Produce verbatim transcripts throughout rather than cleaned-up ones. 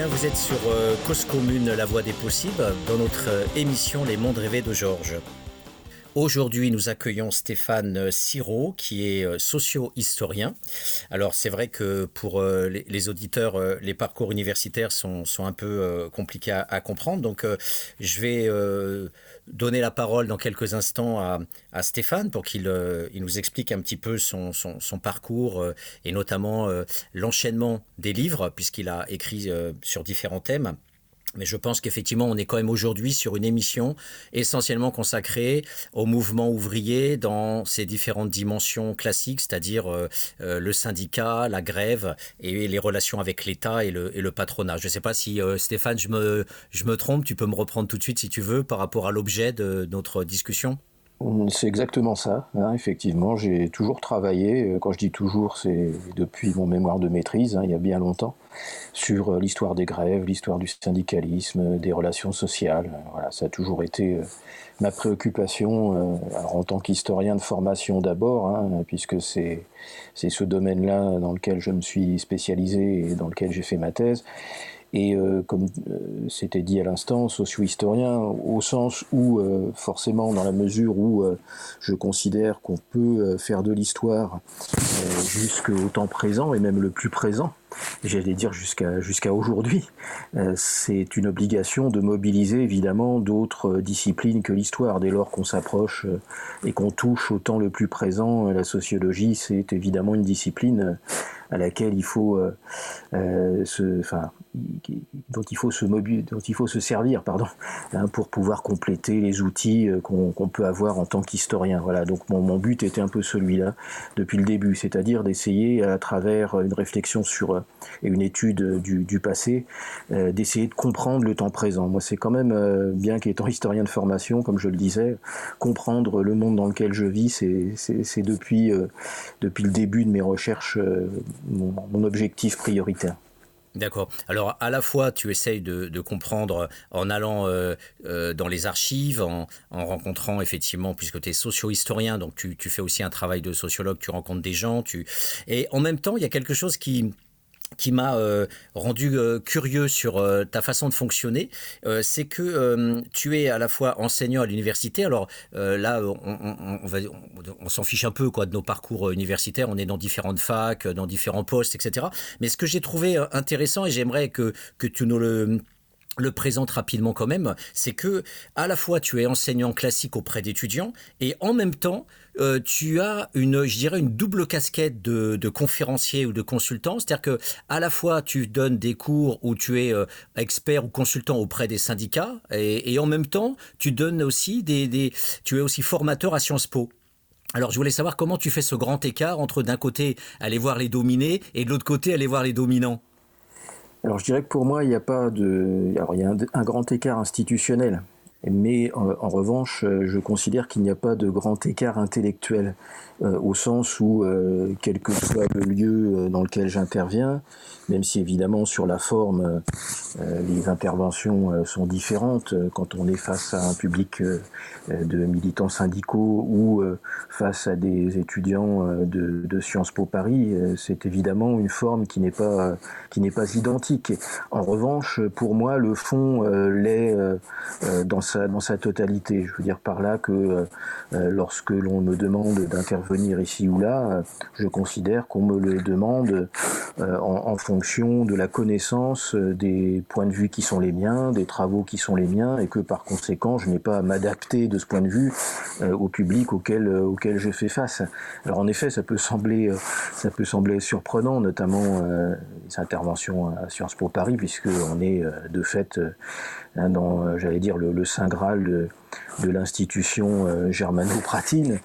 bien, vous êtes sur euh, Cause Commune, la voie des possibles, dans notre euh, émission Les Mondes rêvés de Georges. Aujourd'hui, nous accueillons Stéphane Sirot, qui est euh, socio-historien. Alors, c'est vrai que pour euh, les, les auditeurs, euh, les parcours universitaires sont, sont un peu euh, compliqués à, à comprendre. Donc, euh, je vais euh, donner la parole dans quelques instants à, à Stéphane pour qu'il euh, il nous explique un petit peu son, son, son parcours euh, et notamment euh, l'enchaînement des livres, puisqu'il a écrit euh, sur différents thèmes. Mais je pense qu'effectivement, on est quand même aujourd'hui sur une émission essentiellement consacrée au mouvement ouvrier dans ses différentes dimensions classiques, c'est-à-dire euh, euh, le syndicat, la grève et les relations avec l'État et le, et le patronat. Je ne sais pas si, euh, Stéphane, je me, je me trompe, tu peux me reprendre tout de suite si tu veux par rapport à l'objet de notre discussion. C'est exactement ça, hein, effectivement. J'ai toujours travaillé, quand je dis toujours, c'est depuis mon mémoire de maîtrise, hein, il y a bien longtemps, sur l'histoire des grèves, l'histoire du syndicalisme, des relations sociales. Voilà, ça a toujours été ma préoccupation, alors en tant qu'historien de formation d'abord, hein, puisque c'est, c'est ce domaine-là dans lequel je me suis spécialisé et dans lequel j'ai fait ma thèse. Et euh, comme euh, c'était dit à l'instant, socio-historien, au sens où, euh, forcément, dans la mesure où euh, je considère qu'on peut euh, faire de l'histoire euh, jusqu'au temps présent, et même le plus présent, j'allais dire jusqu'à jusqu'à aujourd'hui, euh, c'est une obligation de mobiliser évidemment d'autres disciplines que l'histoire. Dès lors qu'on s'approche euh, et qu'on touche au temps le plus présent, la sociologie, c'est évidemment une discipline à laquelle il faut euh, euh, se, enfin, dont il faut se mobiliser, dont il faut se servir, pardon, hein, pour pouvoir compléter les outils qu'on, qu'on peut avoir en tant qu'historien. Voilà. Donc mon, mon but était un peu celui-là depuis le début, c'est-à-dire d'essayer à travers une réflexion sur et une étude du, du passé, euh, d'essayer de comprendre le temps présent. Moi, c'est quand même euh, bien qu'étant historien de formation, comme je le disais, comprendre le monde dans lequel je vis, c'est, c'est, c'est depuis euh, depuis le début de mes recherches euh, mon, mon objectif prioritaire. D'accord. Alors, à la fois, tu essayes de, de comprendre en allant euh, euh, dans les archives, en, en rencontrant effectivement, puisque tu es socio-historien, donc tu, tu fais aussi un travail de sociologue, tu rencontres des gens, tu... et en même temps, il y a quelque chose qui... qui m'a euh, rendu euh, curieux sur euh, ta façon de fonctionner, euh, c'est que euh, tu es à la fois enseignant à l'université. Alors euh, là, on, on, on, va, on, on s'en fiche un peu quoi de nos parcours universitaires. On est dans différentes facs, dans différents postes, et cetera. Mais ce que j'ai trouvé intéressant, et j'aimerais que que tu nous le le présente rapidement quand même, c'est que à la fois tu es enseignant classique auprès d'étudiants et en même temps euh, tu as une, je dirais une double casquette de, de conférencier ou de consultant, c'est-à-dire que à la fois tu donnes des cours où tu es euh, expert ou consultant auprès des syndicats et, et en même temps tu donnes aussi des, des, tu es aussi formateur à Sciences Po. Alors je voulais savoir comment tu fais ce grand écart entre d'un côté aller voir les dominés et de l'autre côté aller voir les dominants. Alors je dirais que pour moi, il n'y a pas de... Alors il y a un, un grand écart institutionnel, mais en, en revanche, je considère qu'il n'y a pas de grand écart intellectuel, euh, au sens où, euh, quel que soit le lieu dans lequel j'interviens, même si évidemment sur la forme, euh, les interventions euh, sont différentes, quand on est face à un public euh, de militants syndicaux ou euh, face à des étudiants euh, de, de Sciences Po Paris, euh, c'est évidemment une forme qui n'est pas, euh, qui n'est pas identique. En revanche, pour moi, le fond euh, l'est euh, dans sa, dans sa totalité. Je veux dire par là que euh, lorsque l'on me demande d'intervenir ici ou là, euh, je considère qu'on me le demande euh, en, en fonction de la connaissance des points de vue qui sont les miens, des travaux qui sont les miens, et que par conséquent, je n'ai pas à m'adapter de ce point de vue euh, au public auquel, euh, auquel je fais face. Alors en effet, ça peut sembler, euh, ça peut sembler surprenant, notamment euh, les interventions à Sciences Po Paris, puisque on est euh, de fait euh, dans, euh, j'allais dire, le, le saint graal de, de l'institution euh, germano-pratine.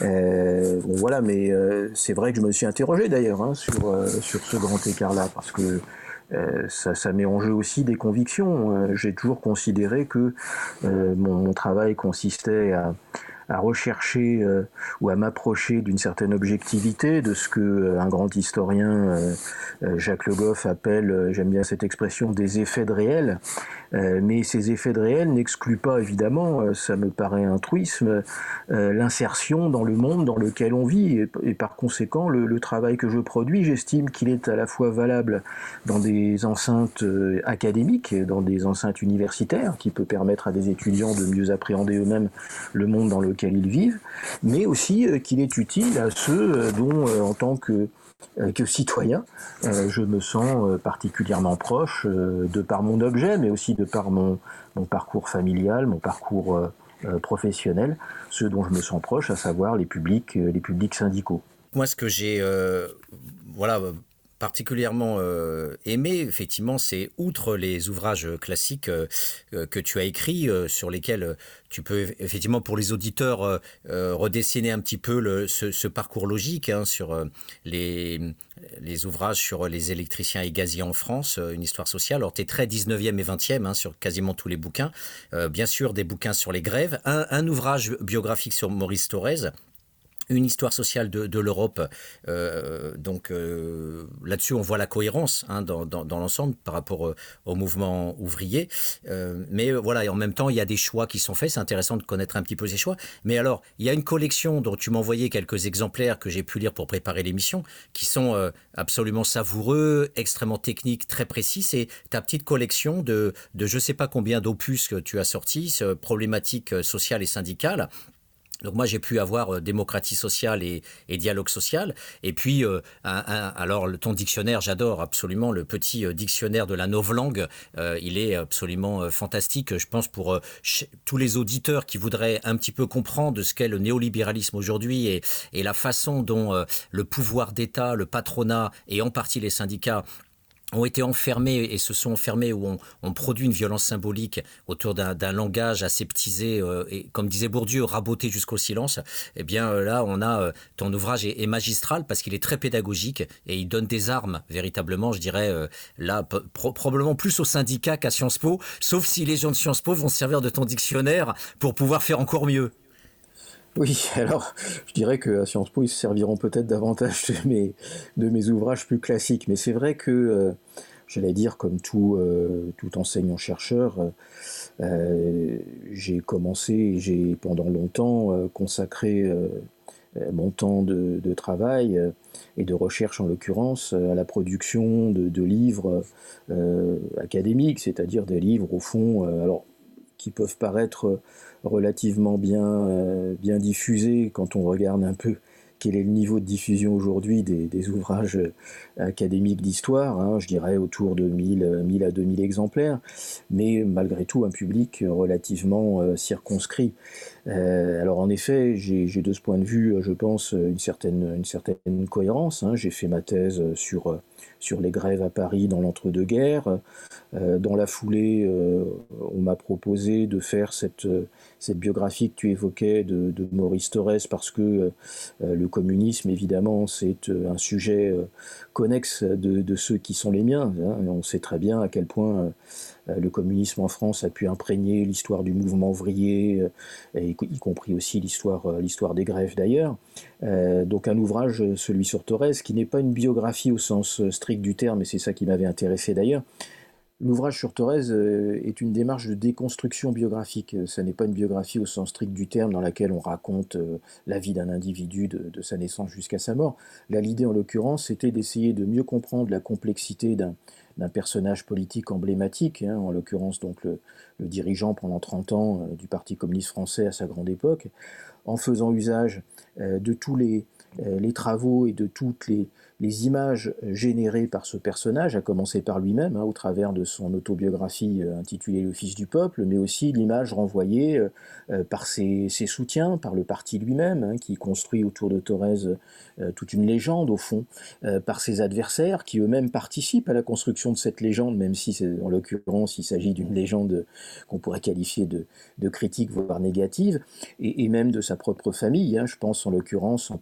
Euh, bon voilà, mais euh, c'est vrai que je me suis interrogé d'ailleurs hein, sur euh, sur ce grand écart-là, parce que Euh, ça, ça met en jeu aussi des convictions. Euh, j'ai toujours considéré que euh, mon, mon travail consistait à, à rechercher euh, ou à m'approcher d'une certaine objectivité de ce que euh, un grand historien, euh, euh, Jacques Le Goff, appelle, euh, j'aime bien cette expression, des effets de réel. Euh, mais ces effets de réel n'excluent pas, évidemment, euh, ça me paraît un truisme, euh, l'insertion dans le monde dans lequel on vit. Et, et par conséquent, le, le travail que je produis, j'estime qu'il est à la fois valable dans des enceintes euh, académiques, dans des enceintes universitaires, qui peut permettre à des étudiants de mieux appréhender eux-mêmes le monde dans lequel ils vivent, mais aussi euh, qu'il est utile à ceux euh, dont, euh, en tant que Euh, que citoyen, euh, je me sens euh, particulièrement proche euh, de par mon objet, mais aussi de par mon, mon parcours familial, mon parcours euh, euh, professionnel, ceux dont je me sens proche, à savoir les publics, euh, les publics syndicaux. Moi, ce que j'ai euh, voilà, particulièrement euh, aimé, effectivement, c'est outre les ouvrages classiques euh, que tu as écrits, euh, sur lesquels tu peux, effectivement, pour les auditeurs, euh, euh, redessiner un petit peu le, ce, ce parcours logique, hein, sur euh, les, les ouvrages sur les électriciens et gaziers en France, euh, une histoire sociale. Alors, tu es très dix-neuvième et vingtième, hein, sur quasiment tous les bouquins. Euh, bien sûr, des bouquins sur les grèves. Un, un ouvrage biographique sur Maurice Thorez, une histoire sociale de, de l'Europe. Euh, donc euh, là-dessus, on voit la cohérence, hein, dans, dans, dans l'ensemble par rapport euh, au mouvement ouvrier. Euh, mais euh, voilà, et en même temps, il y a des choix qui sont faits. C'est intéressant de connaître un petit peu ces choix. Mais alors, il y a une collection dont tu m'as envoyé quelques exemplaires que j'ai pu lire pour préparer l'émission, qui sont euh, absolument savoureux, extrêmement techniques, très précis. C'est ta petite collection de, de je ne sais pas combien d'opus que tu as sortis, problématiques sociales et syndicales. Donc moi j'ai pu avoir euh, démocratie sociale et, et dialogue social, et puis euh, un, un, alors le, ton dictionnaire, j'adore absolument le petit euh, dictionnaire de la novlangue, euh, il est absolument euh, fantastique, je pense, pour euh, ch- tous les auditeurs qui voudraient un petit peu comprendre ce qu'est le néolibéralisme aujourd'hui, et, et la façon dont euh, le pouvoir d'État, le patronat et en partie les syndicats ont été enfermés et se sont enfermés, où on, on produit une violence symbolique autour d'un, d'un langage aseptisé, euh, et comme disait Bourdieu, raboté jusqu'au silence. Eh bien euh, là, on a euh, ton ouvrage est, est magistral parce qu'il est très pédagogique et il donne des armes véritablement, je dirais, euh, là pro- probablement plus aux syndicats qu'à Sciences Po, sauf si les gens de Sciences Po vont se servir de ton dictionnaire pour pouvoir faire encore mieux. Oui, alors je dirais qu'à Sciences Po, ils se serviront peut-être davantage de mes, de mes ouvrages plus classiques. Mais c'est vrai que, euh, j'allais dire, comme tout, euh, tout enseignant-chercheur, euh, j'ai commencé, et j'ai pendant longtemps euh, consacré euh, mon temps de, de travail euh, et de recherche en l'occurrence à la production de, de livres euh, académiques, c'est-à-dire des livres au fond, euh, alors qui peuvent paraître relativement bien, euh, bien diffusés quand on regarde un peu quel est le niveau de diffusion aujourd'hui des, des ouvrages académiques d'histoire, hein, je dirais autour de mille, mille à deux mille exemplaires, mais malgré tout un public relativement euh, circonscrit. Euh, alors en effet, j'ai, j'ai de ce point de vue, je pense, une certaine, une certaine cohérence. Hein. J'ai fait ma thèse sur, sur les grèves à Paris dans l'entre-deux-guerres. Euh, dans la foulée, euh, on m'a proposé de faire cette, cette biographie que tu évoquais de, de Maurice Thorez, parce que euh, le communisme, évidemment, c'est un sujet euh, connexe de, de ceux qui sont les miens. Hein. On sait très bien à quel point euh, le communisme en France a pu imprégner l'histoire du mouvement ouvrier, euh, y compris aussi l'histoire, euh, l'histoire des grèves d'ailleurs. Euh, donc un ouvrage, celui sur Thorez, qui n'est pas une biographie au sens strict du terme, et c'est ça qui m'avait intéressé d'ailleurs. L'ouvrage sur Thorez euh, est une démarche de déconstruction biographique. Ça n'est pas une biographie au sens strict du terme dans laquelle on raconte euh, la vie d'un individu de, de sa naissance jusqu'à sa mort. Là, l'idée en l'occurrence, c'était d'essayer de mieux comprendre la complexité d'un, d'un personnage politique emblématique, hein, en l'occurrence donc le, le dirigeant pendant trente ans euh, du Parti communiste français à sa grande époque, en faisant usage euh, de tous les, euh, les travaux et de toutes les, les images générées par ce personnage, à commencer par lui-même, hein, au travers de son autobiographie euh, intitulée Le Fils du Peuple, mais aussi l'image renvoyée euh, par ses, ses soutiens, par le parti lui-même, hein, qui construit autour de Thorez euh, toute une légende au fond, euh, par ses adversaires, qui eux-mêmes participent à la construction de cette légende, même si c'est, en l'occurrence il s'agit d'une légende qu'on pourrait qualifier de, de critique, voire négative, et, et même de sa propre famille, hein, je pense en l'occurrence en particulier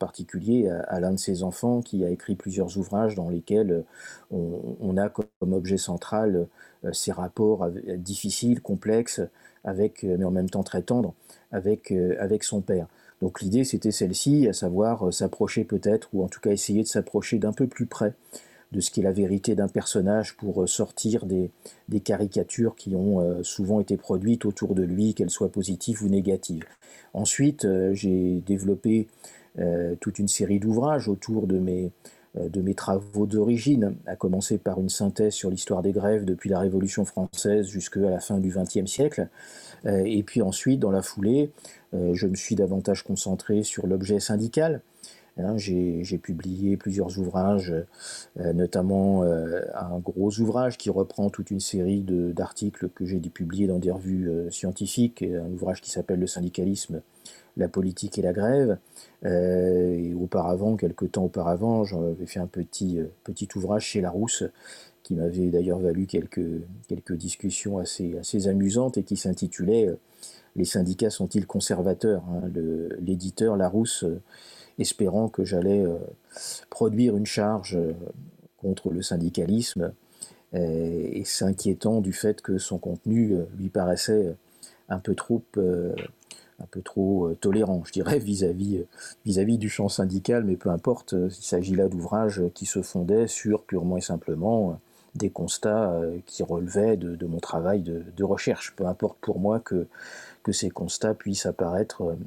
particulier à, à l'un de ses enfants qui a écrit plusieurs ouvrages dans lesquels on, on a comme objet central euh, ces rapports avec, difficiles, complexes, avec, mais en même temps très tendres, avec, euh, avec son père. Donc l'idée c'était celle-ci, à savoir euh, s'approcher peut-être, ou en tout cas essayer de s'approcher d'un peu plus près de ce qui est la vérité d'un personnage pour sortir des, des caricatures qui ont euh, souvent été produites autour de lui, qu'elles soient positives ou négatives. Ensuite, euh, j'ai développé euh, toute une série d'ouvrages autour de mes, euh, de mes travaux d'origine, à commencer par une synthèse sur l'histoire des grèves depuis la Révolution française jusqu'à la fin du vingtième siècle. Euh, et puis ensuite, dans la foulée, euh, je me suis davantage concentré sur l'objet syndical. Hein, j'ai, j'ai publié plusieurs ouvrages, euh, notamment euh, un gros ouvrage qui reprend toute une série de, d'articles que j'ai publiés dans des revues euh, scientifiques, un ouvrage qui s'appelle Le syndicalisme, la politique et la grève. Euh, et auparavant, quelques temps auparavant, j'avais fait un petit, euh, petit ouvrage chez Larousse, qui m'avait d'ailleurs valu quelques, quelques discussions assez, assez amusantes et qui s'intitulait euh, « Les syndicats sont-ils conservateurs ?» hein, le, l'éditeur Larousse euh, espérant que j'allais euh, produire une charge euh, contre le syndicalisme euh, et s'inquiétant du fait que son contenu euh, lui paraissait un peu trop, euh, un peu trop euh, tolérant, je dirais, vis-à-vis, euh, vis-à-vis du champ syndical, mais peu importe, euh, il s'agit là d'ouvrages qui se fondaient sur purement et simplement euh, des constats euh, qui relevaient de, de mon travail de, de recherche. Peu importe pour moi que, que ces constats puissent apparaître euh,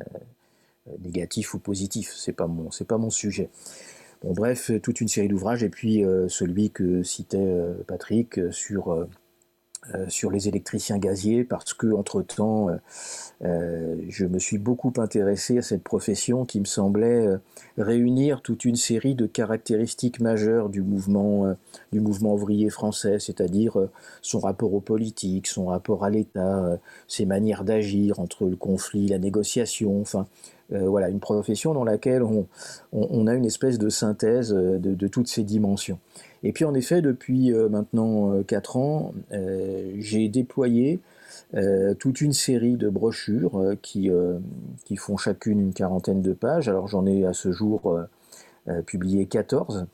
négatif ou positif, c'est pas mon, c'est pas mon sujet. Bon, bref, toute une série d'ouvrages, et puis euh, celui que citait euh, Patrick euh, sur, euh, euh, sur les électriciens gaziers, parce que entre-temps, euh, euh, je me suis beaucoup intéressé à cette profession qui me semblait euh, réunir toute une série de caractéristiques majeures du mouvement, euh, du mouvement ouvrier français, c'est-à-dire euh, son rapport aux politiques, son rapport à l'État, euh, ses manières d'agir entre le conflit, la négociation, enfin, Euh, voilà, une profession dans laquelle on, on, on a une espèce de synthèse de, de toutes ces dimensions. Et puis en effet, depuis euh, maintenant euh, quatre ans, euh, j'ai déployé euh, toute une série de brochures euh, qui, euh, qui font chacune une quarantaine de pages. Alors j'en ai à ce jour euh, euh, publié quatorze.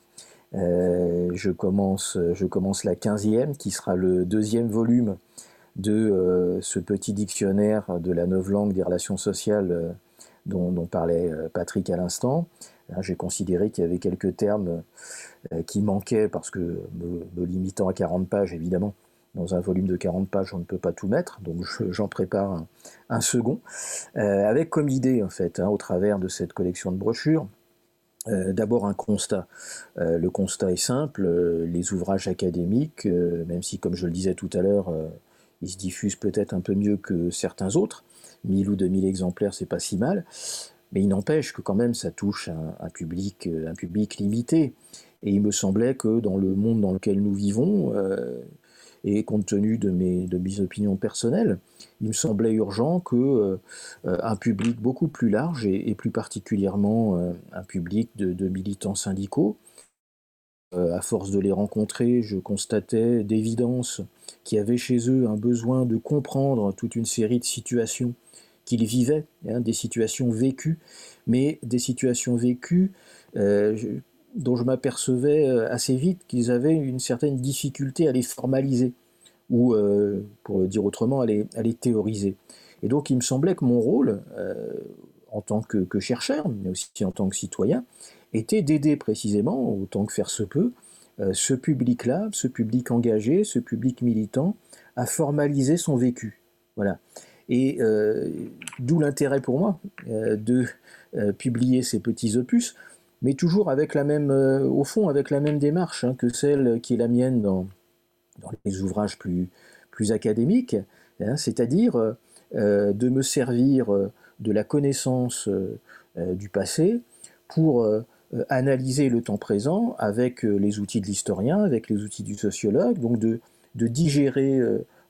Euh, je, commence, je commence la quinzième, qui sera le deuxième volume de euh, ce petit dictionnaire de la novlangue des relations sociales euh, dont, dont parlait Patrick à l'instant. J'ai considéré qu'il y avait quelques termes euh, qui manquaient parce que, me, me limitant à quarante pages, évidemment, dans un volume de quarante pages, on ne peut pas tout mettre, donc je, j'en prépare un, un second, euh, avec comme idée, en fait, hein, au travers de cette collection de brochures, euh, d'abord un constat. Euh, le constat est simple, euh, les ouvrages académiques, euh, même si, comme je le disais tout à l'heure, euh, ils se diffusent peut-être un peu mieux que certains autres, mille ou deux mille exemplaires, c'est pas si mal, mais il n'empêche que quand même ça touche un, un, public, un public limité. Et il me semblait que dans le monde dans lequel nous vivons, euh, et compte tenu de mes, de mes opinions personnelles, il me semblait urgent que euh, un public beaucoup plus large, et, et plus particulièrement euh, un public de, de militants syndicaux, euh, à force de les rencontrer, je constatais d'évidence qu'il y avait chez eux un besoin de comprendre toute une série de situations qu'ils vivaient, hein, des situations vécues, mais des situations vécues euh, je, dont je m'apercevais assez vite qu'ils avaient une certaine difficulté à les formaliser, ou, euh, pour le dire autrement, à les, à les théoriser. Et donc il me semblait que mon rôle, euh, en tant que, que chercheur, mais aussi en tant que citoyen, était d'aider précisément, autant que faire se peut, euh, ce public-là, ce public engagé, ce public militant, à formaliser son vécu. Voilà. Et euh, d'où l'intérêt pour moi euh, de euh, publier ces petits opus, mais toujours avec la même, euh, au fond, avec la même démarche hein, que celle qui est la mienne dans, dans les ouvrages plus, plus académiques, hein, c'est-à-dire euh, de me servir euh, de la connaissance euh, du passé pour euh, analyser le temps présent avec euh, les outils de l'historien, avec les outils du sociologue, donc de, de digérer euh,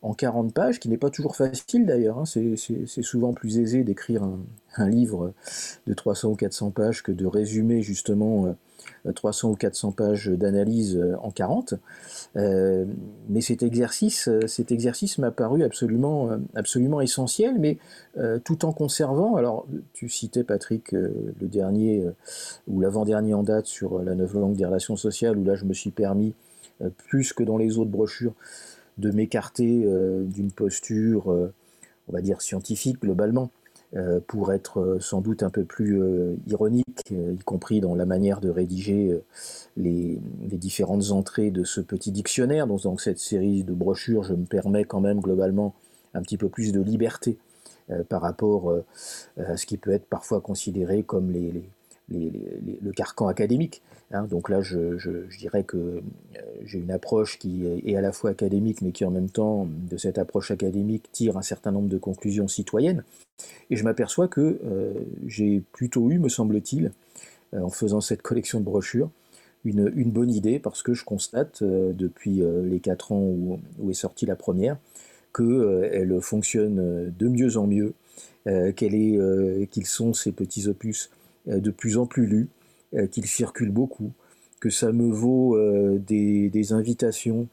en quarante pages, qui n'est pas toujours facile d'ailleurs. Hein. C'est, c'est, c'est souvent plus aisé d'écrire un, un livre de trois cents ou quatre cents pages que de résumer justement euh, trois cents ou quatre cents pages d'analyse en quarante. Euh, mais cet exercice, cet exercice m'a paru absolument, absolument essentiel, mais euh, tout en conservant, alors tu citais Patrick euh, le dernier euh, ou l'avant-dernier en date sur la neuve langue des relations sociales, où là je me suis permis, euh, plus que dans les autres brochures, de m'écarter euh, d'une posture, euh, on va dire scientifique globalement, euh, pour être euh, sans doute un peu plus euh, ironique, euh, y compris dans la manière de rédiger euh, les, les différentes entrées de ce petit dictionnaire. Donc dans cette série de brochures, je me permets quand même globalement un petit peu plus de liberté euh, par rapport euh, à ce qui peut être parfois considéré comme les, les, les, les, le carcan académique. Hein. Donc là, je, je, je dirais que euh, j'ai une approche qui est à la fois académique, mais qui en même temps, de cette approche académique, tire un certain nombre de conclusions citoyennes. Et je m'aperçois que euh, j'ai plutôt eu, me semble-t-il, euh, en faisant cette collection de brochures, une, une bonne idée, parce que je constate, euh, depuis euh, les quatre ans où, où est sortie la première, qu'elle euh, fonctionne de mieux en mieux, euh, qu'elle est, euh, qu'ils sont ces petits opus euh, de plus en plus lus, euh, qu'ils circulent beaucoup, que ça me vaut euh, des, des invitations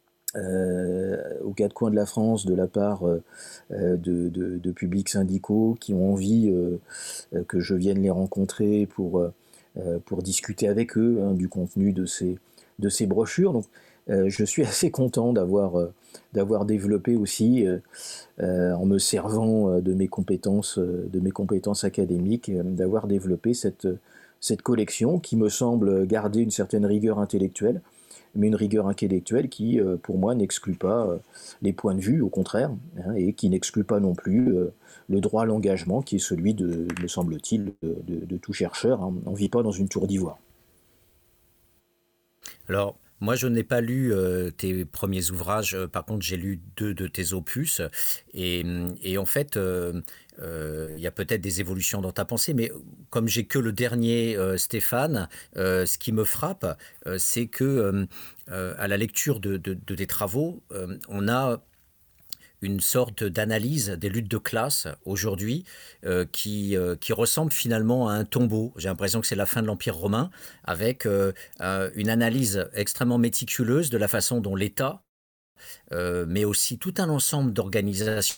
Euh, aux quatre coins de la France de la part euh, de, de, de publics syndicaux qui ont envie euh, que je vienne les rencontrer pour, euh, pour discuter avec eux hein, du contenu de ces, de ces brochures. Donc euh, je suis assez content d'avoir, euh, d'avoir développé aussi, euh, euh, en me servant de mes compétences, de mes compétences académiques, euh, d'avoir développé cette, cette collection qui me semble garder une certaine rigueur intellectuelle, mais une rigueur intellectuelle qui, euh, pour moi, n'exclut pas euh, les points de vue, au contraire, hein, et qui n'exclut pas non plus euh, le droit à l'engagement, qui est celui, de, me semble-t-il, de, de, de tout chercheur. Hein. On ne vit pas dans une tour d'ivoire. Alors, moi, je n'ai pas lu euh, tes premiers ouvrages. Euh, Par contre, j'ai lu deux de tes opus. Et, et en fait, euh, euh, il y a peut-être des évolutions dans ta pensée, mais comme j'ai que le dernier, euh, Stéphane, euh, ce qui me frappe, euh, c'est que euh, euh, à la lecture de, de, de tes travaux, euh, on a une sorte d'analyse des luttes de classe aujourd'hui euh, qui, euh, qui ressemble finalement à un tombeau. J'ai l'impression que c'est la fin de l'Empire romain, avec euh, euh, une analyse extrêmement méticuleuse de la façon dont l'État, euh, mais aussi tout un ensemble d'organisations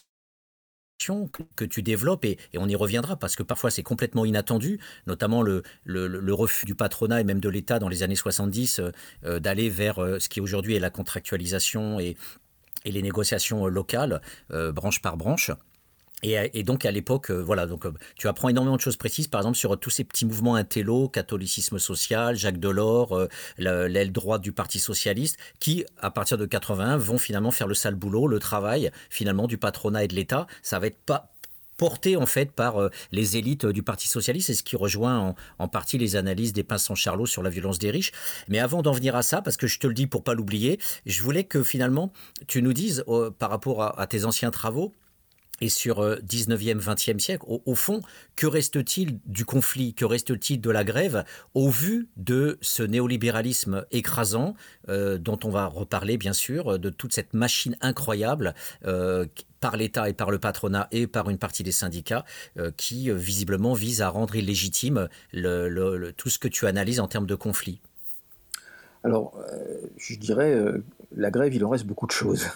que, que tu développes, et, et on y reviendra parce que parfois c'est complètement inattendu, notamment le, le, le refus du patronat et même de l'État dans les années soixante-dix euh, d'aller vers euh, ce qui aujourd'hui est la contractualisation et et les négociations locales, euh, branche par branche. Et, et donc à l'époque, euh, voilà, donc euh, tu apprends énormément de choses précises, par exemple sur tous ces petits mouvements intello, catholicisme social, Jacques Delors, euh, la- l'aile droite du Parti socialiste, qui à partir de quatre-vingt-un vont finalement faire le sale boulot, le travail finalement du patronat et de l'État. Ça va être pas porté en fait par euh, les élites euh, du Parti socialiste, et ce qui rejoint en, en partie les analyses des Pinson-Charlot sur la violence des riches. Mais avant d'en venir à ça, parce que je te le dis pour pas l'oublier, je voulais que finalement tu nous dises euh, par rapport à, à tes anciens travaux et sur euh, dix-neuvième, vingtième siècle, au, au fond, que reste-t-il du conflit, que reste-t-il de la grève au vu de ce néolibéralisme écrasant euh, dont on va reparler bien sûr, de toute cette machine incroyable euh, par l'État et par le patronat et par une partie des syndicats euh, qui euh, visiblement vise à rendre illégitime le, le, le, tout ce que tu analyses en termes de conflit. Alors, euh, je dirais, euh, la grève, il en reste beaucoup de choses.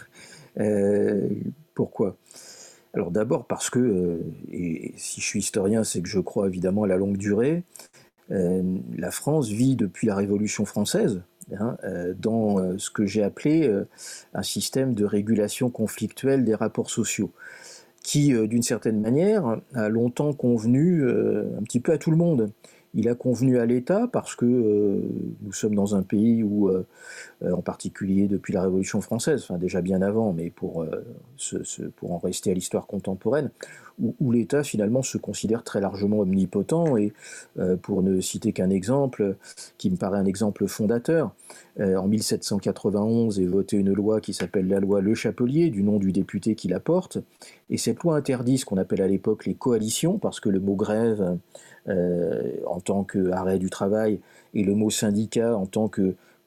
Euh, pourquoi ? Alors d'abord parce que, euh, et si je suis historien, c'est que je crois évidemment à la longue durée, euh, la France vit depuis la Révolution française hein, euh, dans euh, ce que j'ai appelé euh, un système de régulation conflictuelle des rapports sociaux, qui, euh, d'une certaine manière, a longtemps convenu euh, un petit peu à tout le monde. Il a convenu à l'État parce que euh, nous sommes dans un pays où euh, euh, en particulier depuis la Révolution française, enfin déjà bien avant, mais pour, euh, ce, ce, pour en rester à l'histoire contemporaine, où, où l'État finalement se considère très largement omnipotent, et euh, pour ne citer qu'un exemple, qui me paraît un exemple fondateur, euh, en mille sept cent quatre-vingt-onze est votée une loi qui s'appelle la loi Le Chapelier, du nom du député qui la porte, et cette loi interdit ce qu'on appelle à l'époque les coalitions, parce que le mot grève euh, en tant qu'arrêt du travail et le mot syndicat en tant que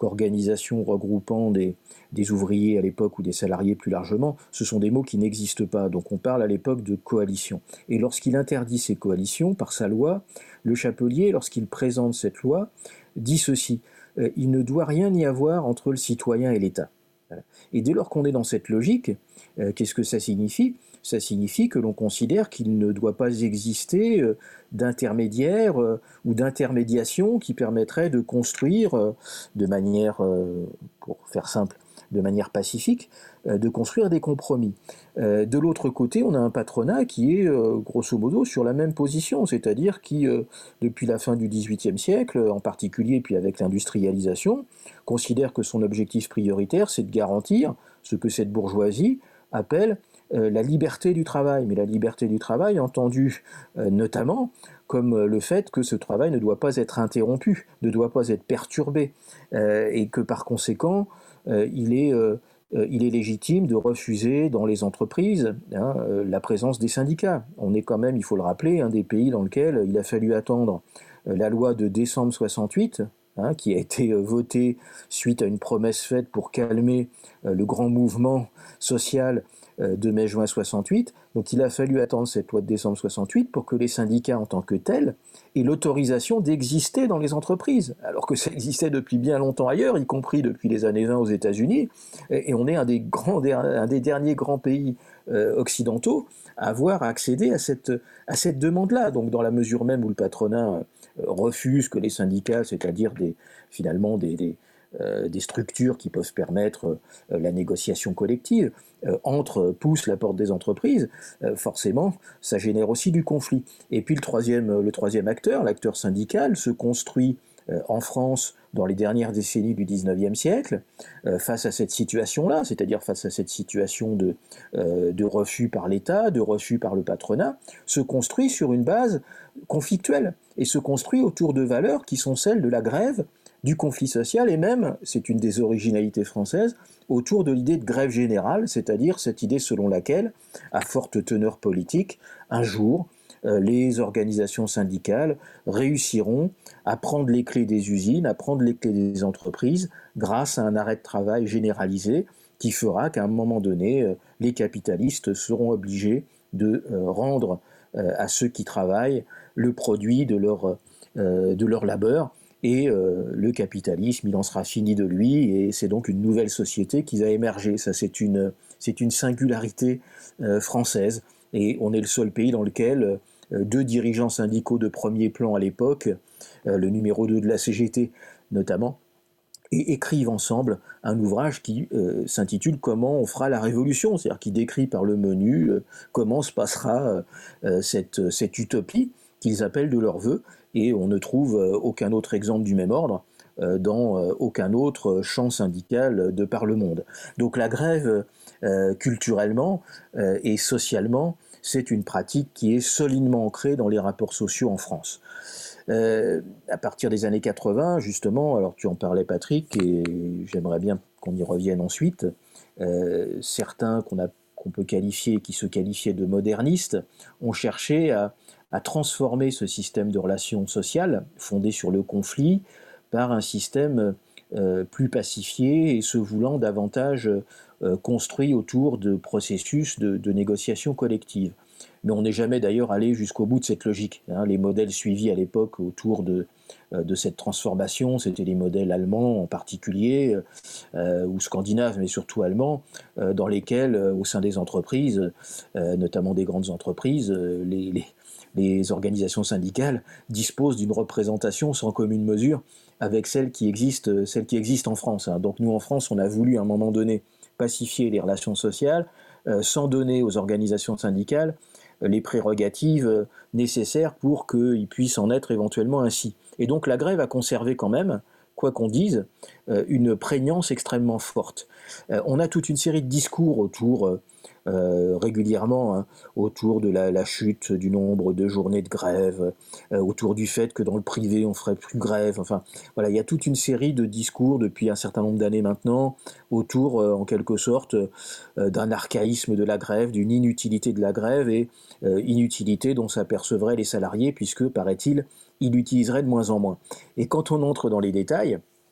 qu'organisation regroupant des, des ouvriers à l'époque ou des salariés plus largement, ce sont des mots qui n'existent pas. Donc on parle à l'époque de coalition. Et lorsqu'il interdit ces coalitions par sa loi, le Chapelier, lorsqu'il présente cette loi, dit ceci, euh, il ne doit rien y avoir entre le citoyen et l'État. Voilà. Et dès lors qu'on est dans cette logique, euh, qu'est-ce que ça signifie ? Ça signifie que l'on considère qu'il ne doit pas exister euh, d'intermédiaire euh, ou d'intermédiation qui permettrait de construire euh, de manière, euh, pour faire simple, de manière pacifique, euh, de construire des compromis. Euh, de l'autre côté, on a un patronat qui est euh, grosso modo sur la même position, c'est-à-dire qui, euh, depuis la fin du dix-huitième siècle, en particulier puis avec l'industrialisation, considère que son objectif prioritaire, c'est de garantir ce que cette bourgeoisie appelle euh, la liberté du travail, mais la liberté du travail entendue euh, notamment comme euh, le fait que ce travail ne doit pas être interrompu, ne doit pas être perturbé, euh, et que par conséquent, euh, il est, euh, euh, il est légitime de refuser dans les entreprises hein, euh, la présence des syndicats. On est quand même, il faut le rappeler, un des pays dans lequel il a fallu attendre euh, la loi de décembre soixante-huit, Hein, qui a été voté suite à une promesse faite pour calmer euh, le grand mouvement social euh, de mai-juin soixante-huit. Donc il a fallu attendre cette loi de décembre soixante-huit pour que les syndicats en tant que tels aient l'autorisation d'exister dans les entreprises, alors que ça existait depuis bien longtemps ailleurs, y compris depuis les années vingt aux États-Unis, et, et on est un des, grands, un des derniers grands pays euh, occidentaux à avoir accédé à cette, à cette demande-là. Donc dans la mesure même où le patronat refuse que les syndicats, c'est-à-dire des, finalement des, des, euh, des structures qui peuvent permettre euh, la négociation collective, euh, entrent, poussent la porte des entreprises, euh, forcément, ça génère aussi du conflit. Et puis le troisième, le troisième acteur, l'acteur syndical, se construit euh, en France dans les dernières décennies du dix-neuvième siècle, euh, face à cette situation-là, c'est-à-dire face à cette situation de, euh, de refus par l'État, de refus par le patronat, se construit sur une base conflictuelle et se construit autour de valeurs qui sont celles de la grève, du conflit social et même, c'est une des originalités françaises, autour de l'idée de grève générale, c'est-à-dire cette idée selon laquelle, à forte teneur politique, un jour, euh, les organisations syndicales réussiront à prendre les clés des usines, à prendre les clés des entreprises grâce à un arrêt de travail généralisé qui fera qu'à un moment donné, euh, les capitalistes seront obligés de euh, rendre euh, à ceux qui travaillent le produit de leur, euh, de leur labeur. Et euh, le capitalisme, il en sera fini de lui, et c'est donc une nouvelle société qui va émerger. Ça, c'est une, c'est une singularité euh, française. Et on est le seul pays dans lequel euh, deux dirigeants syndicaux de premier plan à l'époque, euh, le numéro deux de la C G T notamment, et écrivent ensemble un ouvrage qui euh, s'intitule « Comment on fera la révolution », c'est-à-dire qui décrit par le menu euh, comment se passera euh, cette, cette utopie qu'ils appellent de leur vœu, et on ne trouve euh, aucun autre exemple du même ordre euh, dans euh, aucun autre champ syndical de par le monde. Donc la grève, euh, culturellement euh, et socialement, c'est une pratique qui est solidement ancrée dans les rapports sociaux en France. Euh, à partir des années quatre-vingts, justement, alors tu en parlais Patrick, et j'aimerais bien qu'on y revienne ensuite, euh, certains qu'on a, qu'on peut qualifier, qui se qualifiaient de modernistes, ont cherché à, à transformer ce système de relations sociales, fondé sur le conflit, par un système euh, plus pacifié et se voulant davantage euh, construit autour de processus de, de négociation collective. Mais on n'est jamais d'ailleurs allé jusqu'au bout de cette logique. Hein. Les modèles suivis à l'époque autour de, de cette transformation, c'était les modèles allemands en particulier, euh, ou scandinaves, mais surtout allemands, euh, dans lesquels, euh, au sein des entreprises, euh, notamment des grandes entreprises, euh, les, les, les organisations syndicales disposent d'une représentation sans commune mesure avec celle qui existe, celle qui existe en France. Hein. Donc nous, en France, on a voulu à un moment donné pacifier les relations sociales, euh, sans donner aux organisations syndicales les prérogatives nécessaires pour qu'ils puissent en être éventuellement ainsi. Et donc la grève a conservé quand même, quoi qu'on dise, une prégnance extrêmement forte. On a toute une série de discours autour, euh, régulièrement, hein, autour de la, la chute du nombre de journées de grève, euh, autour du fait que dans le privé on ferait plus grève. Enfin, voilà, il y a toute une série de discours depuis un certain nombre d'années maintenant autour, euh, en quelque sorte, euh, d'un archaïsme de la grève, d'une inutilité de la grève et euh, inutilité dont s'apercevraient les salariés puisque, paraît-il, ils l'utiliseraient de moins en moins. Et quand on entre dans les détails,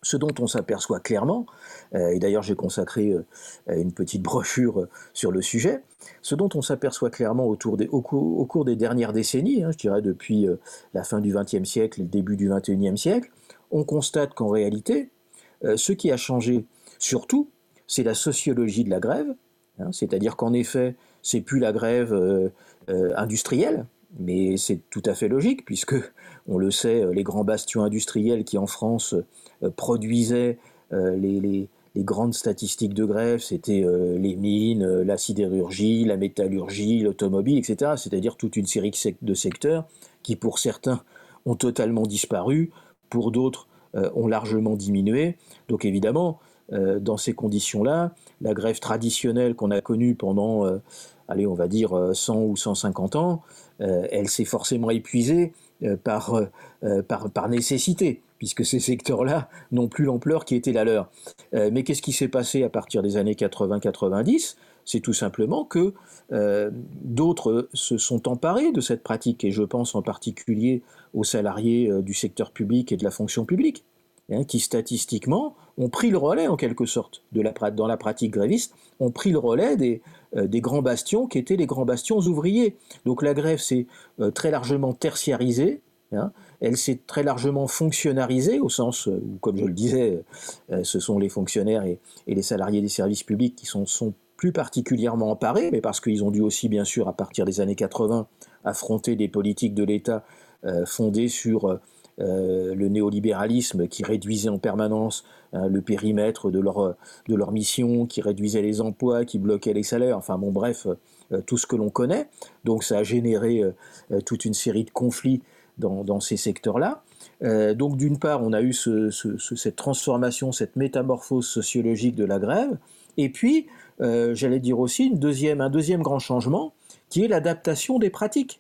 Ce dont on s'aperçoit clairement, euh, et d'ailleurs j'ai consacré euh, une petite brochure euh, sur le sujet, ce dont on s'aperçoit clairement autour des, au, cours, au cours des dernières décennies, hein, je dirais depuis euh, la fin du vingtième siècle et le début du vingt et unième siècle, on constate qu'en réalité, euh, ce qui a changé surtout, c'est la sociologie de la grève, hein, c'est-à-dire qu'en effet, c'est plus la grève euh, euh, industrielle, mais c'est tout à fait logique, puisque, on le sait, les grands bastions industriels qui en France euh, produisaient euh, les, les, les grandes statistiques de grève, c'était euh, les mines, euh, la sidérurgie, la métallurgie, l'automobile, et cetera. C'est-à-dire toute une série de secteurs qui, pour certains, ont totalement disparu, pour d'autres, euh, ont largement diminué. Donc évidemment, euh, dans ces conditions-là, la grève traditionnelle qu'on a connue pendant, euh, allez, on va dire cent ou cent cinquante ans, euh, elle s'est forcément épuisée euh, par, euh, par, par nécessité, puisque ces secteurs-là n'ont plus l'ampleur qui était la leur. Euh, mais qu'est-ce qui s'est passé à partir des années quatre-vingts quatre-vingt-dix ? C'est tout simplement que euh, d'autres se sont emparés de cette pratique, et je pense en particulier aux salariés euh, du secteur public et de la fonction publique, hein, qui statistiquement ont pris le relais en quelque sorte de la, dans la pratique gréviste, ont pris le relais des, euh, des grands bastions qui étaient les grands bastions ouvriers. Donc la grève s'est euh, très largement tertiarisée, hein, elle s'est très largement fonctionnalisée au sens où, comme je le disais, euh, ce sont les fonctionnaires et, et les salariés des services publics qui sont, sont plus particulièrement emparés, mais parce qu'ils ont dû aussi, bien sûr, à partir des années quatre-vingts, affronter des politiques de l'État euh, fondées sur euh, Euh, le néolibéralisme qui réduisait en permanence hein, le périmètre de leur, de leur mission, qui réduisait les emplois, qui bloquait les salaires, enfin bon bref, euh, tout ce que l'on connaît. Donc ça a généré euh, toute une série de conflits dans, dans ces secteurs-là. Euh, donc d'une part, on a eu ce, ce, ce, cette transformation, cette métamorphose sociologique de la grève, et puis, euh, j'allais dire aussi, une deuxième, un deuxième grand changement, qui est l'adaptation des pratiques.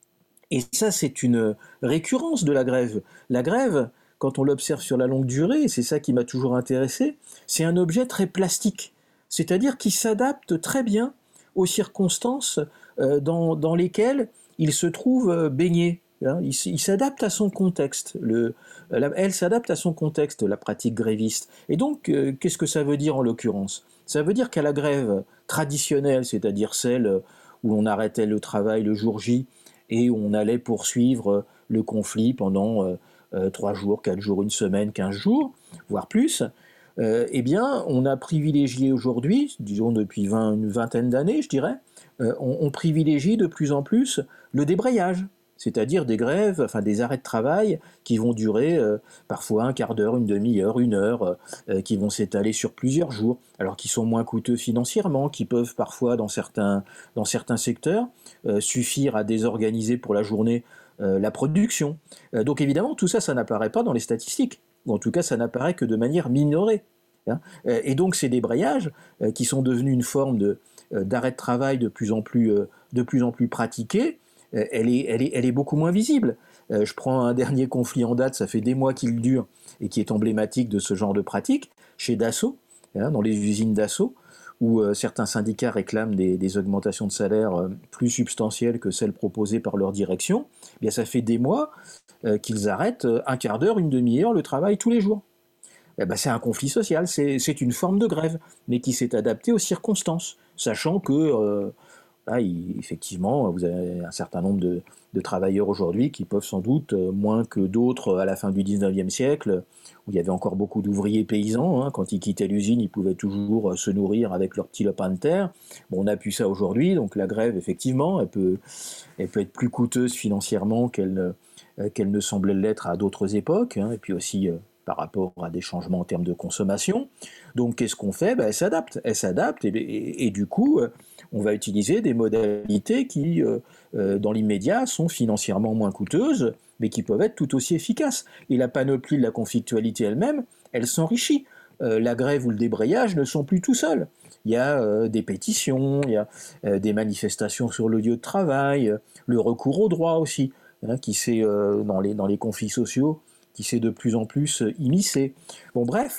Et ça, c'est une récurrence de la grève. La grève, quand on l'observe sur la longue durée, et c'est ça qui m'a toujours intéressé, c'est un objet très plastique, c'est-à-dire qui s'adapte très bien aux circonstances euh, dans, dans lesquelles il se trouve euh, baigné. Hein. Il, il s'adapte à son contexte. Le, la, elle s'adapte à son contexte, la pratique gréviste. Et donc, euh, qu'est-ce que ça veut dire en l'occurrence ? Ça veut dire qu'à la grève traditionnelle, c'est-à-dire celle où l'on arrêtait le travail le jour J, et on allait poursuivre le conflit pendant euh, euh, trois jours, quatre jours, une semaine, quinze jours, voire plus, euh, eh bien, on a privilégié aujourd'hui, disons depuis vingt, une vingtaine d'années, je dirais, euh, on, on privilégie de plus en plus le débrayage, c'est-à-dire des grèves, enfin des arrêts de travail qui vont durer euh, parfois un quart d'heure, une demi-heure, une heure, euh, qui vont s'étaler sur plusieurs jours, alors qui sont moins coûteux financièrement, qui peuvent parfois dans certains, dans certains secteurs euh, suffire à désorganiser pour la journée euh, la production. Euh, donc évidemment, tout ça, ça n'apparaît pas dans les statistiques, ou en tout cas, ça n'apparaît que de manière minorée. Hein. Euh, et donc ces débrayages, euh, qui sont devenus une forme de, euh, d'arrêt de travail de plus en plus, euh, de plus en plus pratiquée, Elle est, elle, est, elle est beaucoup moins visible. Euh, je prends un dernier conflit en date, ça fait des mois qu'il dure, et qui est emblématique de ce genre de pratique, chez Dassault, hein, dans les usines Dassault, où euh, certains syndicats réclament des, des augmentations de salaire euh, plus substantielles que celles proposées par leur direction. Eh bien, ça fait des mois euh, qu'ils arrêtent euh, un quart d'heure, une demi-heure le travail tous les jours. Eh ben, c'est un conflit social, c'est, c'est une forme de grève, mais qui s'est adaptée aux circonstances, sachant que... Euh, Là, il, effectivement, vous avez un certain nombre de, de travailleurs aujourd'hui qui peuvent sans doute, moins que d'autres à la fin du dix-neuvième siècle, où il y avait encore beaucoup d'ouvriers paysans, hein, quand ils quittaient l'usine, ils pouvaient toujours se nourrir avec leur petit lopin de terre. Bon, on n'a plus ça aujourd'hui, donc la grève, effectivement, elle peut, elle peut être plus coûteuse financièrement qu'elle ne, qu'elle ne semblait l'être à d'autres époques, hein, et puis aussi... Euh, par rapport à des changements en termes de consommation. Donc qu'est-ce qu'on fait ? Ben, elle s'adapte, elle s'adapte et, et, et du coup, on va utiliser des modalités qui, euh, dans l'immédiat, sont financièrement moins coûteuses, mais qui peuvent être tout aussi efficaces. Et la panoplie de la conflictualité elle-même, elle s'enrichit. Euh, la grève ou le débrayage ne sont plus tout seuls. Il y a euh, des pétitions, il y a euh, des manifestations sur le lieu de travail, euh, le recours au droit aussi, hein, qui s'est, euh, dans, les, dans les conflits sociaux, qui s'est de plus en plus immiscé. Bon, bref,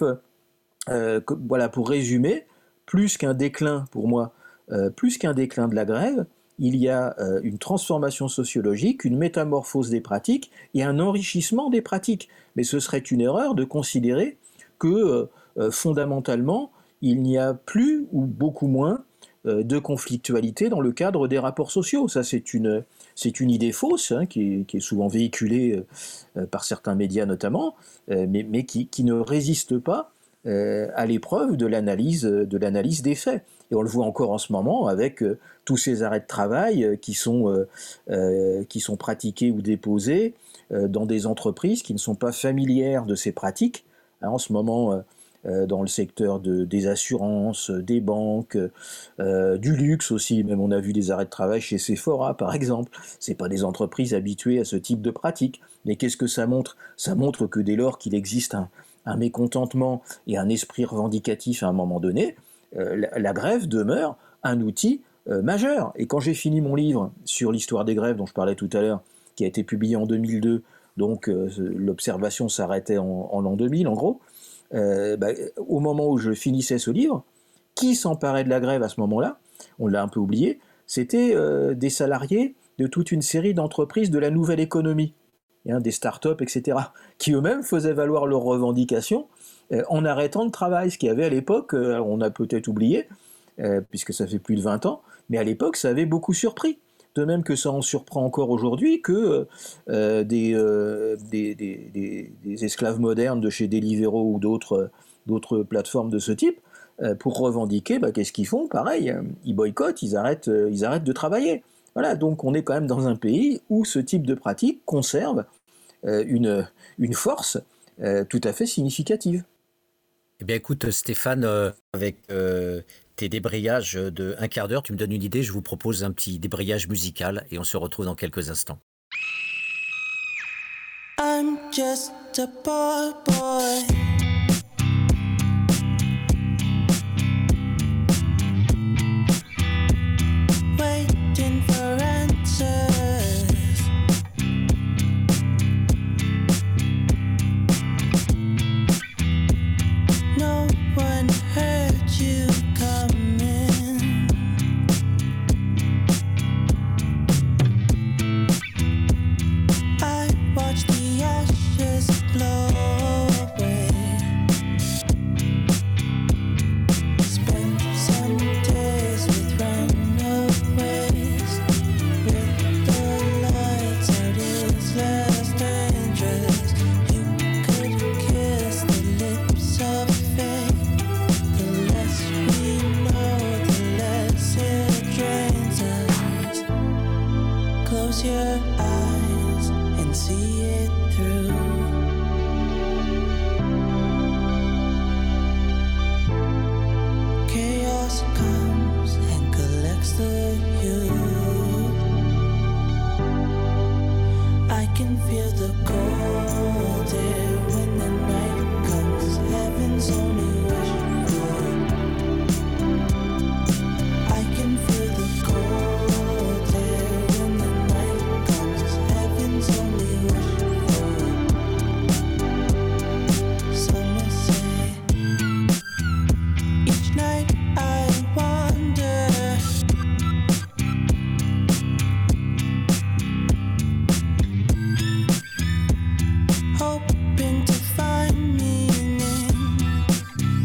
euh, que, voilà, pour résumer, plus qu'un déclin, pour moi, euh, plus qu'un déclin de la grève, il y a euh, une transformation sociologique, une métamorphose des pratiques et un enrichissement des pratiques. Mais ce serait une erreur de considérer que euh, fondamentalement, il n'y a plus ou beaucoup moins euh, de conflictualité dans le cadre des rapports sociaux. Ça, c'est une, c'est une idée fausse, hein, qui, est, qui est souvent véhiculée euh, par certains médias notamment, euh, mais, mais qui, qui ne résiste pas euh, à l'épreuve de l'analyse, de l'analyse des faits. Et on le voit encore en ce moment avec euh, tous ces arrêts de travail euh, qui, sont, euh, euh, qui sont pratiqués ou déposés euh, dans des entreprises qui ne sont pas familières de ces pratiques. Hein, en ce moment, euh, euh, dans le secteur de, des assurances, des banques, euh, du luxe aussi, même on a vu des arrêts de travail chez Sephora par exemple. Ce n'est pas des entreprises habituées à ce type de pratique. Mais qu'est-ce que ça montre? Ça montre que dès lors qu'il existe un, un mécontentement et un esprit revendicatif à un moment donné, Euh, la, la grève demeure un outil euh, majeur. Et quand j'ai fini mon livre sur l'histoire des grèves dont je parlais tout à l'heure, qui a été publié en deux mille deux, donc euh, l'observation s'arrêtait en, en l'an deux mille en gros, euh, bah, au moment où je finissais ce livre, qui s'emparait de la grève à ce moment-là, on l'a un peu oublié, c'était euh, des salariés de toute une série d'entreprises de la nouvelle économie, hein, des start-up, et cetera, qui eux-mêmes faisaient valoir leurs revendications en arrêtant le travail, ce qui avait à l'époque, on a peut-être oublié, euh, puisque ça fait plus de vingt ans, mais à l'époque ça avait beaucoup surpris. De même que ça en surprend encore aujourd'hui que euh, des, euh, des, des, des, des esclaves modernes de chez Deliveroo ou d'autres, d'autres plateformes de ce type, euh, pour revendiquer, bah, qu'est-ce qu'ils font? Pareil, ils boycottent, ils arrêtent, euh, ils arrêtent de travailler. Voilà, donc on est quand même dans un pays où ce type de pratique conserve euh, une, une force euh, tout à fait significative. Eh bien, écoute, Stéphane, euh, avec euh, tes débrayages de un quart d'heure, tu me donnes une idée. Je vous propose un petit débrayage musical et on se retrouve dans quelques instants. I'm just a poor boy. Waiting for answers. No one heard you coming. I watched the ashes blow away. Spent some days with runaways. With the lights out, it's less dangerous. You could kiss the lips of fate. The less we know, the less it drains us. Close your eyes and see it through. Chaos comes and collects the youth. I can feel the cold air when the night comes. Heaven's only wish for. I can feel the cold air when the night comes. Heaven's only wish for. Some say each night I wonder. Hoping to find meaning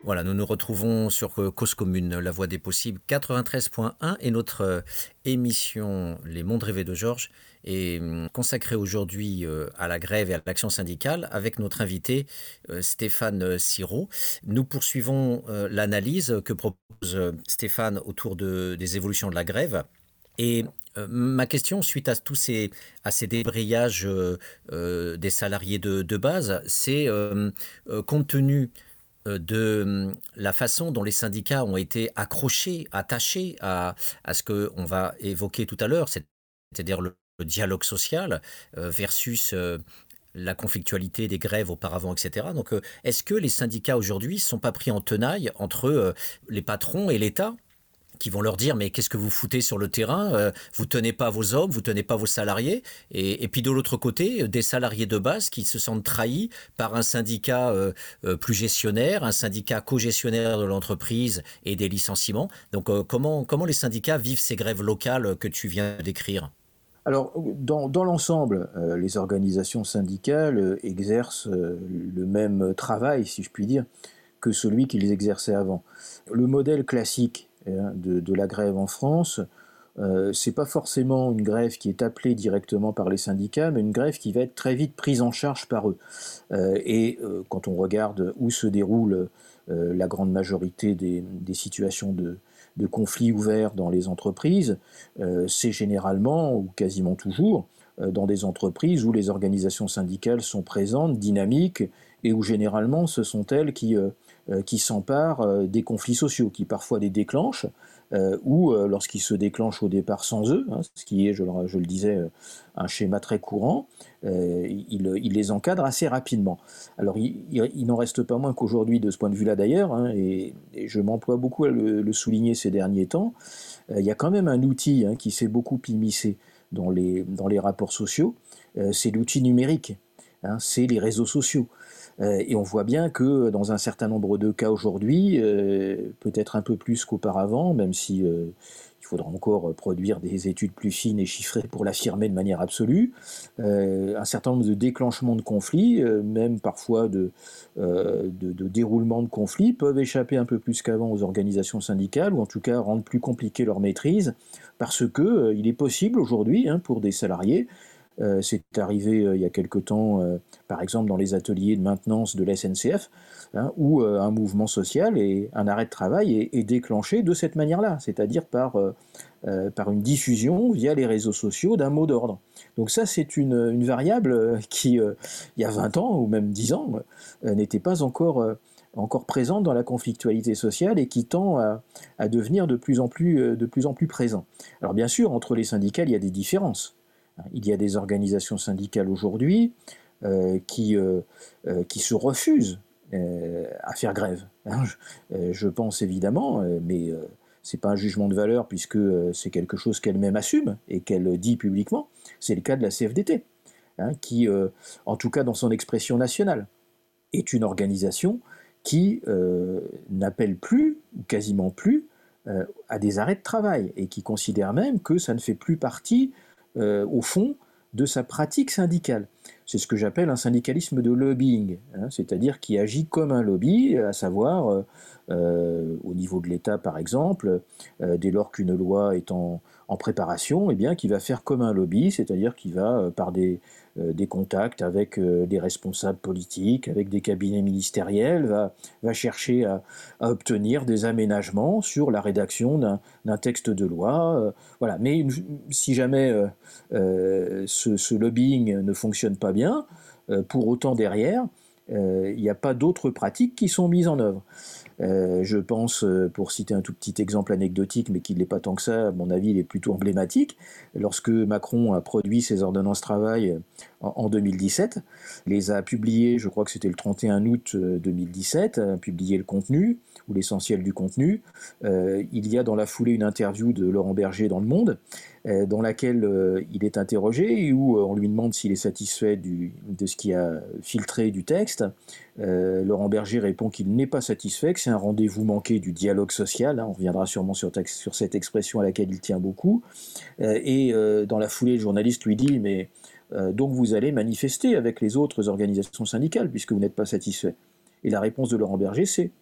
Voilà, nous nous retrouvons sur euh, Cause Commune, la voix des possibles quatre-vingt-treize point un et notre euh, émission Les Mondes rêvés de Georges est hum, consacrée aujourd'hui euh, à la grève et à l'action syndicale avec notre invité euh, Stéphane Sirot. Nous poursuivons euh, l'analyse que propose euh, Stéphane autour de, des évolutions de la grève. Et euh, ma question, suite à tous ces, à ces débrayages euh, euh, des salariés de, de base, c'est euh, euh, compte tenu euh, de hum, la façon dont les syndicats ont été accrochés, attachés à, à ce qu'on va évoquer tout à l'heure, c'est- c'est-à-dire le, le dialogue social euh, versus euh, la conflictualité des grèves auparavant, et cetera. Donc, euh, est-ce que les syndicats aujourd'hui ne sont pas pris en tenaille entre euh, les patrons et l'État qui vont leur dire mais qu'est-ce que vous foutez sur le terrain, euh, vous tenez pas vos hommes, vous tenez pas vos salariés, et, et puis de l'autre côté des salariés de base qui se sentent trahis par un syndicat euh, euh, plus gestionnaire, un syndicat co-gestionnaire de l'entreprise et des licenciements. Donc euh, comment, comment les syndicats vivent ces grèves locales que tu viens d'écrire? Alors, dans, dans l'ensemble, euh, les organisations syndicales euh, exercent euh, le même travail, si je puis dire, que celui qu'ils exerçaient avant. Le modèle classique hein, de, de la grève en France, euh, c'est pas forcément une grève qui est appelée directement par les syndicats, mais une grève qui va être très vite prise en charge par eux. Euh, et euh, quand on regarde où se déroule euh, la grande majorité des, des situations de, de conflits ouverts dans les entreprises, euh, c'est généralement, ou quasiment toujours, euh, dans des entreprises où les organisations syndicales sont présentes, dynamiques, et où généralement ce sont elles qui, euh, euh, qui s'emparent euh, des conflits sociaux, qui parfois les déclenchent, euh, ou euh, lorsqu'ils se déclenchent au départ sans eux, hein, ce qui est, je le, je le disais, euh, un schéma très courant, euh, il, il les encadre assez rapidement. Alors il, il, il n'en reste pas moins qu'aujourd'hui, de ce point de vue-là d'ailleurs, hein, et, et je m'emploie beaucoup à le, le souligner ces derniers temps, euh, il y a quand même un outil hein, qui s'est beaucoup immiscé dans les, dans les rapports sociaux, euh, c'est l'outil numérique, hein, c'est les réseaux sociaux. Euh, et on voit bien que dans un certain nombre de cas aujourd'hui, euh, peut-être un peu plus qu'auparavant, même si euh, il faudra encore produire des études plus fines et chiffrées pour l'affirmer de manière absolue, euh, un certain nombre de déclenchements de conflits, euh, même parfois de, euh, de, de déroulements de conflits, peuvent échapper un peu plus qu'avant aux organisations syndicales, ou en tout cas rendre plus compliqué leur maîtrise, parce que euh, il est possible aujourd'hui hein, pour des salariés. Euh, c'est arrivé euh, il y a quelque temps, euh, par exemple dans les ateliers de maintenance de la S N C F, hein, où euh, un mouvement social et un arrêt de travail est, est déclenché de cette manière-là, c'est-à-dire par, euh, euh, par une diffusion via les réseaux sociaux d'un mot d'ordre. Donc ça, c'est une, une variable qui, euh, il y a vingt ans ou même dix ans, euh, n'était pas encore... Euh, encore présente dans la conflictualité sociale et qui tend à, à devenir de plus en plus, de plus en plus présent. Alors bien sûr, entre les syndicats, il y a des différences. Il y a des organisations syndicales aujourd'hui euh, qui, euh, euh, qui se refusent euh, à faire grève. Hein. Je, euh, je pense évidemment, euh, mais euh, c'est pas un jugement de valeur puisque euh, c'est quelque chose qu'elle-même assume et qu'elle dit publiquement. C'est le cas de la C F D T, hein, qui, euh, en tout cas dans son expression nationale, est une organisation qui euh, n'appelle plus, ou quasiment plus, euh, à des arrêts de travail et qui considère même que ça ne fait plus partie euh, au fond, de sa pratique syndicale. C'est ce que j'appelle un syndicalisme de lobbying, hein, c'est-à-dire qui agit comme un lobby, à savoir, euh, euh, au niveau de l'État par exemple, euh, dès lors qu'une loi est en, en préparation, eh bien, qui va faire comme un lobby, c'est-à-dire qui va, euh, par des, euh, des contacts avec euh, des responsables politiques, avec des cabinets ministériels, va, va chercher à, à obtenir des aménagements sur la rédaction d'un, d'un texte de loi. Euh, voilà. Mais une, si jamais euh, euh, ce, ce lobbying ne fonctionne pas bien, euh, pour autant derrière, euh, il n'y a pas d'autres pratiques qui sont mises en œuvre. Euh, je pense, euh, pour citer un tout petit exemple anecdotique, mais qui ne l'est pas tant que ça, à mon avis, il est plutôt emblématique, lorsque Macron a produit ses ordonnances travail en, en deux mille dix-sept, il les a publiées, je crois que c'était le trente et un août deux mille dix-sept, a publié le contenu, ou l'essentiel du contenu. Euh, il y a dans la foulée une interview de Laurent Berger dans Le Monde, euh, dans laquelle euh, il est interrogé et où euh, on lui demande s'il est satisfait du, de ce qui a filtré du texte. Euh, Laurent Berger répond qu'il n'est pas satisfait, que c'est un rendez-vous manqué du dialogue social, hein, on reviendra sûrement sur, sur cette expression à laquelle il tient beaucoup, euh, et euh, dans la foulée, le journaliste lui dit « mais euh, donc vous allez manifester avec les autres organisations syndicales puisque vous n'êtes pas satisfait ?» Et la réponse de Laurent Berger c'est « non ».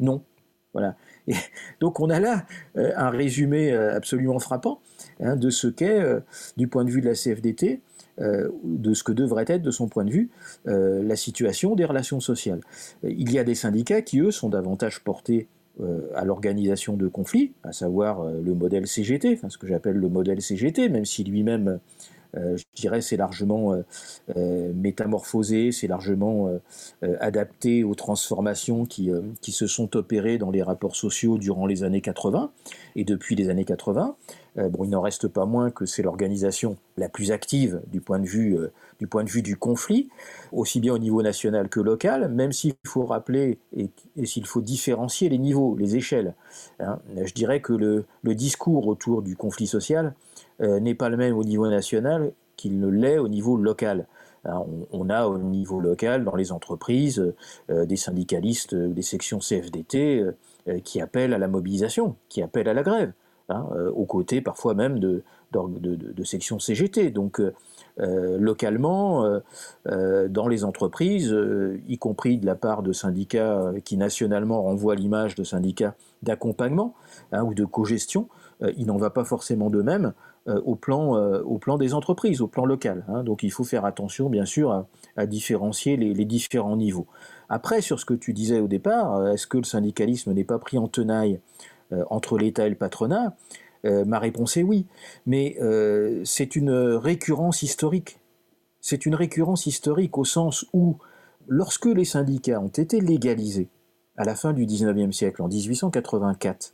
Voilà. Et donc on a là euh, un résumé euh, absolument frappant hein, de ce qu'est, euh, du point de vue de la C F D T, euh, de ce que devrait être, de son point de vue, euh, la situation des relations sociales. Il y a des syndicats qui, eux, sont davantage portés euh, à l'organisation de conflits, à savoir euh, le modèle C G T, enfin ce que j'appelle le modèle C G T, même si lui-même... Euh, je dirais c'est largement euh, euh, métamorphosé, c'est largement euh, euh, adapté aux transformations qui, euh, qui se sont opérées dans les rapports sociaux durant les années quatre-vingts et depuis les années quatre-vingts. Euh, bon, il n'en reste pas moins que c'est l'organisation la plus active du point de vue, euh, du point de vue du conflit, aussi bien au niveau national que local, même s'il faut rappeler et, et s'il faut différencier les niveaux, les échelles. Hein. Je dirais que le, le discours autour du conflit social Euh, n'est pas le même au niveau national qu'il ne l'est au niveau local. Hein, on, on a au niveau local, dans les entreprises, euh, des syndicalistes, euh, des sections C F D T euh, euh, qui appellent à la mobilisation, qui appellent à la grève, hein, euh, aux côtés parfois même de, de, de, de sections C G T. Donc euh, euh, localement, euh, euh, dans les entreprises, euh, y compris de la part de syndicats qui nationalement renvoient l'image de syndicats d'accompagnement hein, ou de cogestion, euh, il n'en va pas forcément de même euh, au, plan, euh, au plan des entreprises, au plan local. Hein. Donc il faut faire attention, bien sûr, à, à différencier les, les différents niveaux. Après, sur ce que tu disais au départ, est-ce que le syndicalisme n'est pas pris en tenaille euh, entre l'État et le patronat ? euh, Ma réponse est oui. Mais euh, c'est une récurrence historique. C'est une récurrence historique au sens où, lorsque les syndicats ont été légalisés à la fin du dix-neuvième siècle, en dix-huit cent quatre-vingt-quatre,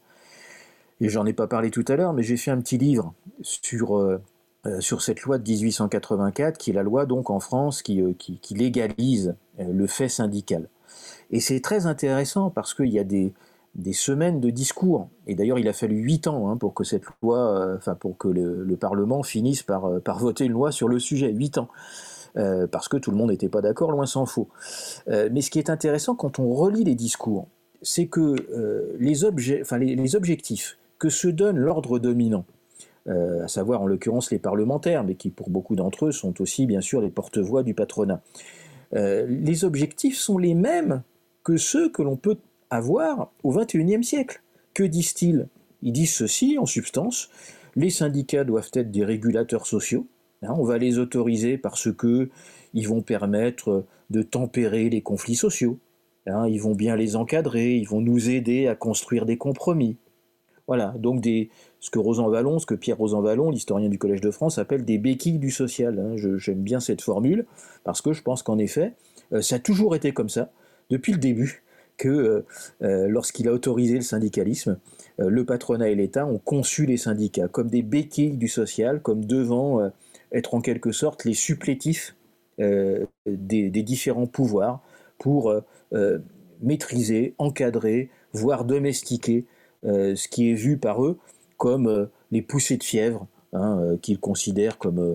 et j'en ai pas parlé tout à l'heure, mais j'ai fait un petit livre sur, euh, sur cette loi de dix-huit cent quatre-vingt-quatre, qui est la loi donc en France qui, euh, qui, qui légalise euh, le fait syndical. Et c'est très intéressant parce qu'il y a des, des semaines de discours, et d'ailleurs il a fallu huit ans hein, pour que cette loi, euh, enfin pour que le, le Parlement finisse par, euh, par voter une loi sur le sujet, huit ans. Euh, parce que tout le monde n'était pas d'accord, loin s'en faut. Euh, mais ce qui est intéressant quand on relit les discours, c'est que euh, les, obje- enfin, les, les objectifs que se donne l'ordre dominant, euh, à savoir en l'occurrence les parlementaires, mais qui pour beaucoup d'entre eux sont aussi bien sûr les porte-voix du patronat, euh, les objectifs sont les mêmes que ceux que l'on peut avoir au vingt et unième siècle. Que disent-ils ? Ils disent ceci en substance, les syndicats doivent être des régulateurs sociaux, hein, on va les autoriser parce qu'ils vont permettre de tempérer les conflits sociaux, hein, ils vont bien les encadrer, ils vont nous aider à construire des compromis. Voilà, donc des, ce que Rosan-Vallon, ce que Pierre Rosan-Vallon, l'historien du Collège de France, appelle des béquilles du social. Hein. Je, j'aime bien cette formule, parce que je pense qu'en effet, euh, ça a toujours été comme ça, depuis le début, que euh, euh, lorsqu'il a autorisé le syndicalisme, euh, le patronat et l'État ont conçu les syndicats comme des béquilles du social, comme devant euh, être en quelque sorte les supplétifs euh, des, des différents pouvoirs pour euh, euh, maîtriser, encadrer, voire domestiquer Euh, ce qui est vu par eux comme euh, les poussées de fièvre, hein, euh, qu'ils considèrent comme,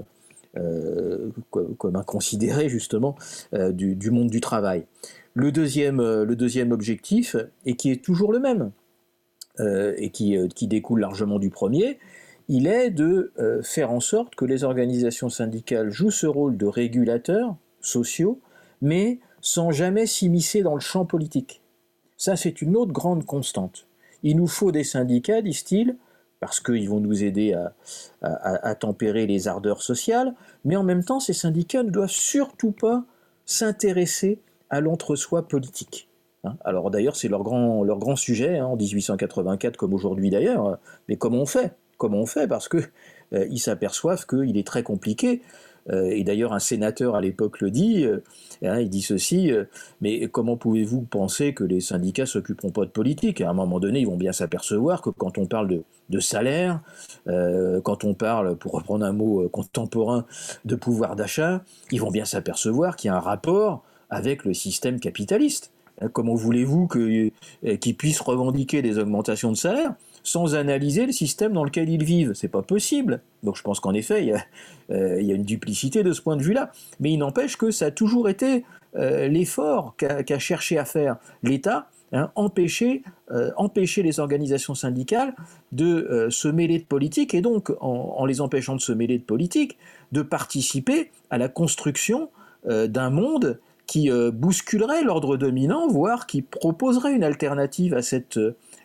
euh, comme, comme inconsidérées justement euh, du, du monde du travail. Le deuxième, euh, le deuxième objectif, et qui est toujours le même, euh, et qui, euh, qui découle largement du premier, il est de euh, faire en sorte que les organisations syndicales jouent ce rôle de régulateurs sociaux, mais sans jamais s'immiscer dans le champ politique. Ça, c'est une autre grande constante. Il nous faut des syndicats, disent-ils, parce qu'ils vont nous aider à, à, à tempérer les ardeurs sociales, mais en même temps, ces syndicats ne doivent surtout pas s'intéresser à l'entre-soi politique. Hein, alors d'ailleurs, c'est leur grand, leur grand sujet, hein, en dix-huit cent quatre-vingt-quatre comme aujourd'hui d'ailleurs, mais comment on fait ? Comment on fait ? Parce qu'ils euh, s'aperçoivent qu'il est très compliqué. Euh, et d'ailleurs, un sénateur à l'époque le dit, euh, hein, il dit ceci, euh, mais comment pouvez-vous penser que les syndicats ne s'occuperont pas de politique ? À un moment donné, ils vont bien s'apercevoir que quand on parle de, de salaire, euh, quand on parle, pour reprendre un mot euh, contemporain, de pouvoir d'achat, ils vont bien s'apercevoir qu'il y a un rapport avec le système capitaliste. Hein, comment voulez-vous que, euh, qu'ils puissent revendiquer des augmentations de salaire sans analyser le système dans lequel ils vivent? C'est pas possible. Donc je pense qu'en effet, il y a, euh, il y a une duplicité de ce point de vue-là. Mais il n'empêche que ça a toujours été euh, l'effort qu'a, qu'a cherché à faire l'État, hein, empêcher, euh, empêcher les organisations syndicales de euh, se mêler de politique, et donc, en, en les empêchant de se mêler de politique, de participer à la construction euh, d'un monde qui euh, bousculerait l'ordre dominant, voire qui proposerait une alternative à cette... Euh,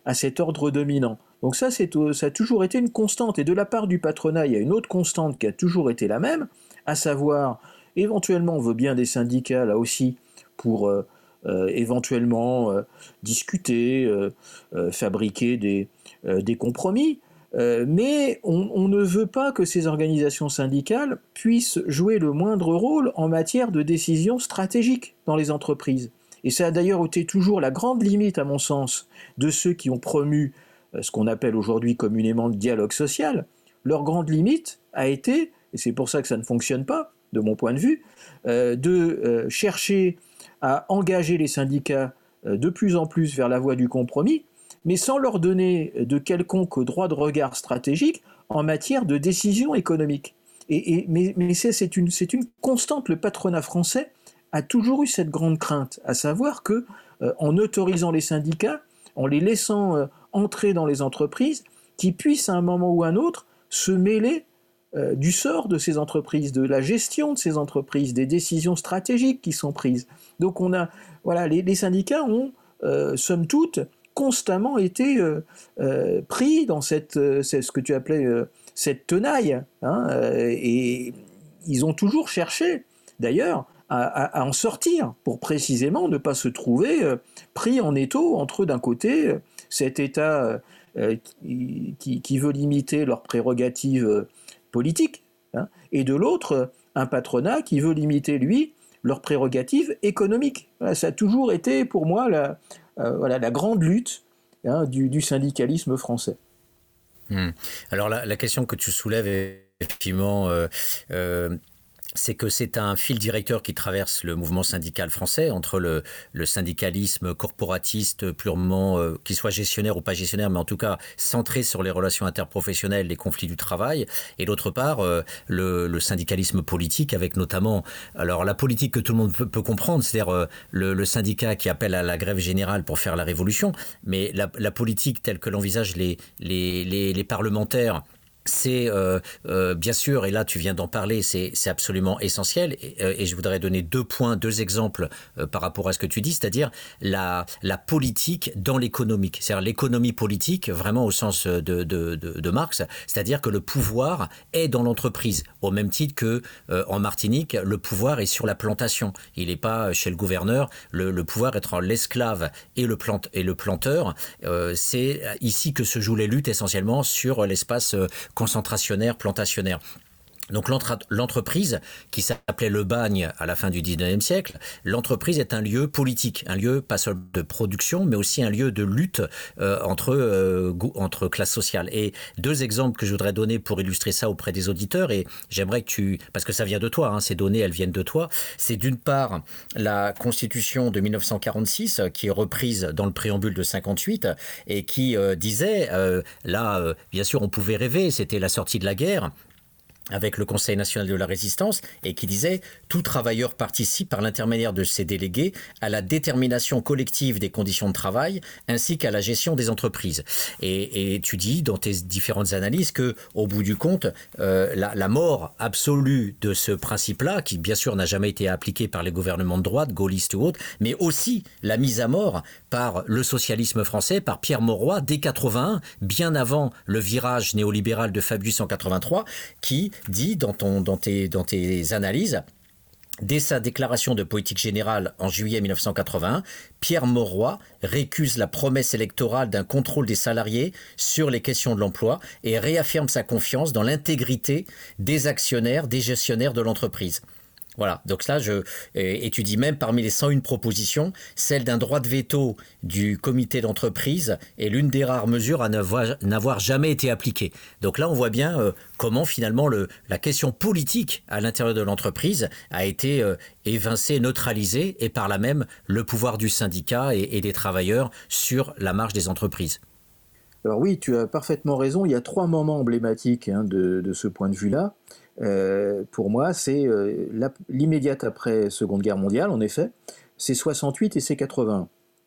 à cet ordre dominant. Donc ça, c'est, ça a toujours été une constante. Et de la part du patronat, il y a une autre constante qui a toujours été la même, à savoir, éventuellement, on veut bien des syndicats, là aussi, pour euh, euh, éventuellement euh, discuter, euh, euh, fabriquer des, euh, des compromis. Euh, mais on, on ne veut pas que ces organisations syndicales puissent jouer le moindre rôle en matière de décision stratégique dans les entreprises. Et ça a d'ailleurs été toujours la grande limite, à mon sens, de ceux qui ont promu euh, ce qu'on appelle aujourd'hui communément le dialogue social. Leur grande limite a été, et c'est pour ça que ça ne fonctionne pas, de mon point de vue, euh, de euh, chercher à engager les syndicats euh, de plus en plus vers la voie du compromis, mais sans leur donner de quelconque droit de regard stratégique en matière de décision économique. Et, et, mais mais c'est, c'est, une, c'est une constante. Le patronat français a toujours eu cette grande crainte, à savoir que, euh, en autorisant les syndicats, en les laissant euh, entrer dans les entreprises, qu'ils puissent à un moment ou à un autre se mêler euh, du sort de ces entreprises, de la gestion de ces entreprises, des décisions stratégiques qui sont prises. Donc on a, voilà, les, les syndicats ont, euh, somme toute, constamment été euh, euh, pris dans cette, euh, c'est ce que tu appelais euh, cette tenaille, hein, euh, et ils ont toujours cherché, d'ailleurs, à, à, à en sortir pour précisément ne pas se trouver euh, pris en étau entre, d'un côté, euh, cet État euh, qui, qui, qui veut limiter leurs prérogatives euh, politiques, hein, et de l'autre, un patronat qui veut limiter, lui, leurs prérogatives économiques. Voilà, ça a toujours été, pour moi, la, euh, voilà, la grande lutte, hein, du, du syndicalisme français. Mmh. Alors la, la question que tu soulèves est effectivement... Euh, euh, c'est que c'est un fil directeur qui traverse le mouvement syndical français entre le, le syndicalisme corporatiste purement, euh, qu'il soit gestionnaire ou pas gestionnaire, mais en tout cas centré sur les relations interprofessionnelles, les conflits du travail, et d'autre part euh, le, le syndicalisme politique avec notamment, alors la politique que tout le monde peut, peut comprendre, c'est-à-dire euh, le, le syndicat qui appelle à la grève générale pour faire la révolution, mais la, la politique telle que l'envisagent les, les, les, les parlementaires, c'est euh, euh, bien sûr, et là tu viens d'en parler, c'est, c'est absolument essentiel, et, euh, et je voudrais donner deux points, deux exemples euh, par rapport à ce que tu dis, c'est-à-dire la, la politique dans l'économique, c'est-à-dire l'économie politique vraiment au sens de, de, de, de Marx, c'est-à-dire que le pouvoir est dans l'entreprise, au même titre que euh, en Martinique, le pouvoir est sur la plantation, il n'est pas chez le gouverneur, le, le pouvoir étant l'esclave et le, plant, et le planteur, euh, c'est ici que se jouent les luttes essentiellement sur l'espace euh, concentrationnaire, plantationnaire. Donc l'entreprise, qui s'appelait le bagne à la fin du dix-neuvième siècle, l'entreprise est un lieu politique, un lieu pas seulement de production, mais aussi un lieu de lutte euh, entre, euh, entre classes sociales. Et deux exemples que je voudrais donner pour illustrer ça auprès des auditeurs, et j'aimerais que tu... parce que ça vient de toi, hein, ces données, elles viennent de toi. C'est d'une part la Constitution de dix-neuf cent quarante-six, qui est reprise dans le préambule de cinquante-huit, et qui euh, disait, euh, là, euh, bien sûr, on pouvait rêver, c'était la sortie de la guerre, avec le Conseil national de la résistance, et qui disait « Tout travailleur participe par l'intermédiaire de ses délégués à la détermination collective des conditions de travail ainsi qu'à la gestion des entreprises. » Et, et tu dis dans tes différentes analyses que, au bout du compte, euh, la, la mort absolue de ce principe-là, qui bien sûr n'a jamais été appliqué par les gouvernements de droite, gaullistes ou autres, mais aussi la mise à mort par le socialisme français, par Pierre Mauroy, dès quatre-vingt-un, bien avant le virage néolibéral de Fabius en quatre-vingt-trois, qui dit dans, ton, dans, tes, dans tes analyses, dès sa déclaration de politique générale en juillet dix-neuf cent quatre-vingt-un, Pierre Mauroy récuse la promesse électorale d'un contrôle des salariés sur les questions de l'emploi et réaffirme sa confiance dans l'intégrité des actionnaires, des gestionnaires de l'entreprise. Voilà, donc là, je, et, et tu dis même parmi les cent une propositions, celle d'un droit de veto du comité d'entreprise est l'une des rares mesures à n'avoir, n'avoir jamais été appliquée. Donc là, on voit bien euh, comment finalement le, la question politique à l'intérieur de l'entreprise a été euh, évincée, neutralisée, et par là même le pouvoir du syndicat et, et des travailleurs sur la marche des entreprises. Alors oui, tu as parfaitement raison, il y a trois moments emblématiques, hein, de, de ce point de vue-là. Euh, pour moi, c'est euh, la, l'immédiate après Seconde Guerre mondiale, en effet, c'est soixante-huit et c'est quatre-vingt-un.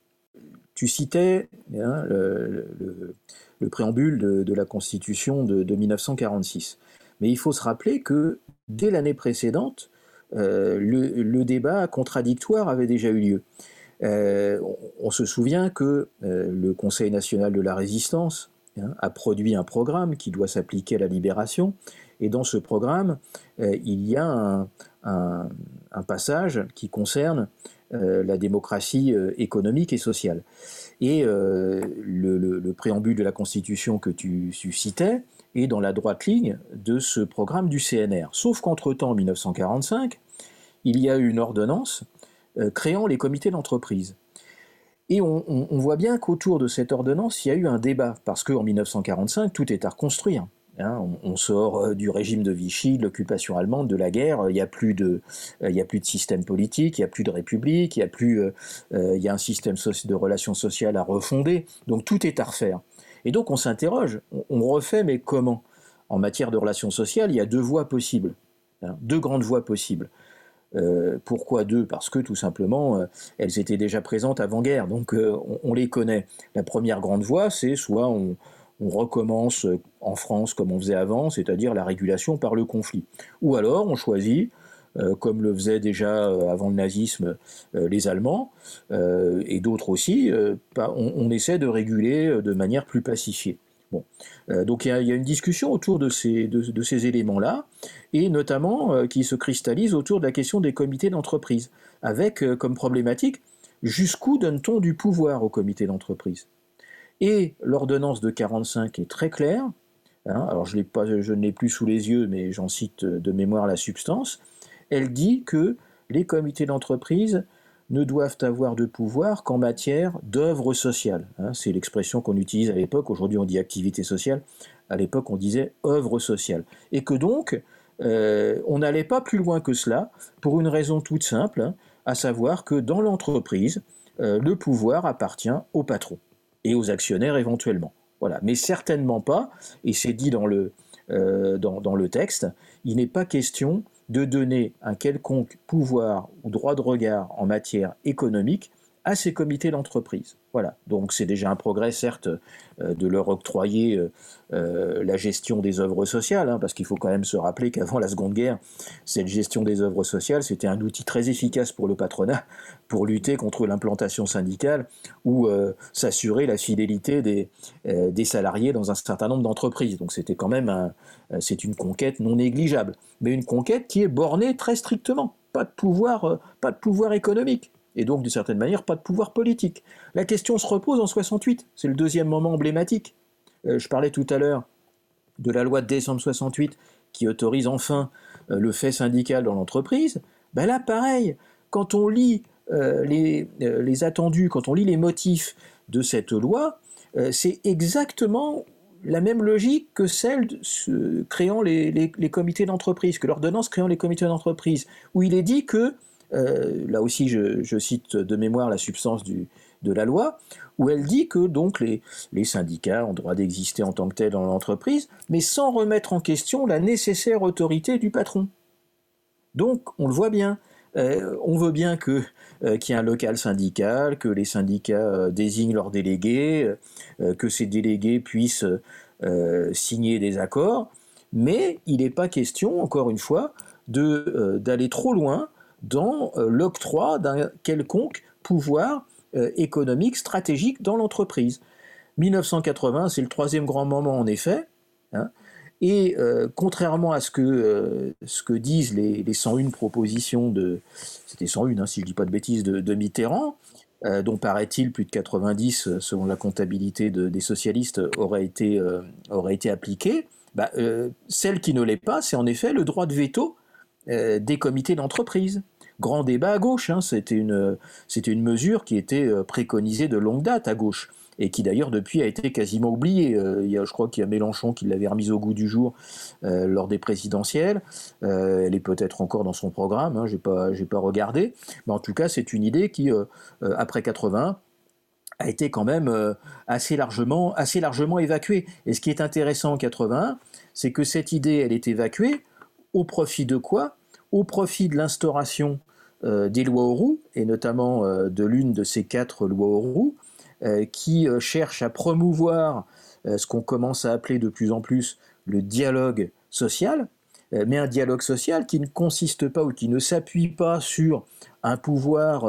Tu citais, hein, le, le, le préambule de, de la Constitution de, de dix-neuf cent quarante-six. Mais il faut se rappeler que dès l'année précédente, euh, le, le débat contradictoire avait déjà eu lieu. Euh, on, on se souvient que euh, le Conseil national de la résistance hein, a produit un programme qui doit s'appliquer à la libération, et dans ce programme, euh, il y a un, un, un passage qui concerne euh, la démocratie euh, économique et sociale. Et euh, le, le, le préambule de la Constitution que tu, tu citais est dans la droite ligne de ce programme du C N R. Sauf qu'entre-temps, en mille neuf cent quarante-cinq, il y a eu une ordonnance euh, créant les comités d'entreprise. Et on, on, on voit bien qu'autour de cette ordonnance, il y a eu un débat, parce qu'en mille neuf cent quarante-cinq, tout est à reconstruire. Hein, on, on sort du régime de Vichy, de l'occupation allemande, de la guerre. Il n'y a plus de, il y a plus de système politique, il n'y a plus de république, il y a plus, euh, il y a un système de relations sociales à refonder. Donc tout est à refaire. Et donc on s'interroge, on, on refait, mais comment? En matière de relations sociales, il y a deux voies possibles, hein, deux grandes voies possibles. Euh, pourquoi deux? Parce que tout simplement, euh, elles étaient déjà présentes avant-guerre, donc euh, on, on les connaît. La première grande voie, c'est soit on on recommence en France comme on faisait avant, c'est-à-dire la régulation par le conflit. Ou alors on choisit, euh, comme le faisaient déjà euh, avant le nazisme euh, les Allemands, euh, et d'autres aussi, euh, on, on essaie de réguler de manière plus pacifiée. Bon. Euh, donc il y, y a une discussion autour de ces, de, de ces éléments-là, et notamment euh, qui se cristallise autour de la question des comités d'entreprise, avec euh, comme problématique, jusqu'où donne-t-on du pouvoir aux comités d'entreprise? Et l'ordonnance de quarante-cinq est très claire, hein, alors je, l'ai pas, je ne l'ai plus sous les yeux, mais j'en cite de mémoire la substance. Elle dit que les comités d'entreprise ne doivent avoir de pouvoir qu'en matière d'œuvre sociale. Hein, c'est l'expression qu'on utilise à l'époque, aujourd'hui on dit activité sociale, à l'époque on disait œuvre sociale. Et que donc, euh, on n'allait pas plus loin que cela, pour une raison toute simple, hein, à savoir que dans l'entreprise, euh, le pouvoir appartient au patron et aux actionnaires éventuellement. Voilà. Mais certainement pas, et c'est dit dans le, euh, dans, dans le texte, il n'est pas question de donner un quelconque pouvoir ou droit de regard en matière économique à ces comités d'entreprise. Voilà. Donc c'est déjà un progrès, certes, euh, de leur octroyer euh, euh, la gestion des œuvres sociales, hein, parce qu'il faut quand même se rappeler qu'avant la Seconde Guerre, cette gestion des œuvres sociales, c'était un outil très efficace pour le patronat, pour lutter contre l'implantation syndicale ou euh, s'assurer la fidélité des, euh, des salariés dans un certain nombre d'entreprises. Donc c'était quand même un, euh, c'est une conquête non négligeable, mais une conquête qui est bornée très strictement. Pas de pouvoir, euh, pas de pouvoir économique. Et donc, d'une certaine manière, pas de pouvoir politique. La question se repose en soixante-huit, c'est le deuxième moment emblématique. Euh, je parlais tout à l'heure de la loi de décembre soixante-huit qui autorise enfin euh, le fait syndical dans l'entreprise. Ben là, pareil, quand on lit euh, les, euh, les attendus, quand on lit les motifs de cette loi, euh, c'est exactement la même logique que celle de, ce, créant les, les, les comités d'entreprise, que l'ordonnance créant les comités d'entreprise, où il est dit que Euh, là aussi, je, je cite de mémoire la substance du, de la loi, où elle dit que donc les, les syndicats ont droit d'exister en tant que tels dans l'entreprise, mais sans remettre en question la nécessaire autorité du patron. Donc, on le voit bien. Euh, on veut bien que, euh, qu'il y ait un local syndical, que les syndicats euh, désignent leurs délégués, euh, que ces délégués puissent euh, signer des accords, mais il n'est pas question, encore une fois, de, euh, d'aller trop loin dans euh, l'octroi d'un quelconque pouvoir euh, économique stratégique dans l'entreprise. mille neuf cent quatre-vingts, c'est le troisième grand moment en effet, hein, et euh, contrairement à ce que, euh, ce que disent les, les cent une propositions de, c'était cent un hein, si je ne dis pas de bêtises, de, de Mitterrand, euh, dont paraît-il plus de quatre-vingt-dix, selon la comptabilité de, des socialistes, auraient été, euh, auraient été appliquées, bah, euh, celle qui ne l'est pas, c'est en effet le droit de veto euh, des comités d'entreprise. Grand débat à gauche, hein, c'était une, c'était une mesure qui était préconisée de longue date à gauche, et qui d'ailleurs depuis a été quasiment oubliée. Euh, il y a, je crois qu'il y a Mélenchon qui l'avait remise au goût du jour euh, lors des présidentielles. Euh, elle est peut-être encore dans son programme, hein, j'ai pas, j'ai pas regardé, mais en tout cas c'est une idée qui, euh, après quatre-vingts, a été quand même euh, assez largement, assez largement évacuée. Et ce qui est intéressant en quatre-vingts, c'est que cette idée, elle est évacuée au profit de quoi ? Au profit de l'instauration euh, des lois Auroux, et notamment euh, de l'une de ces quatre lois Auroux, euh, qui euh, cherche à promouvoir euh, ce qu'on commence à appeler de plus en plus le dialogue social, euh, mais un dialogue social qui ne consiste pas ou qui ne s'appuie pas sur un pouvoir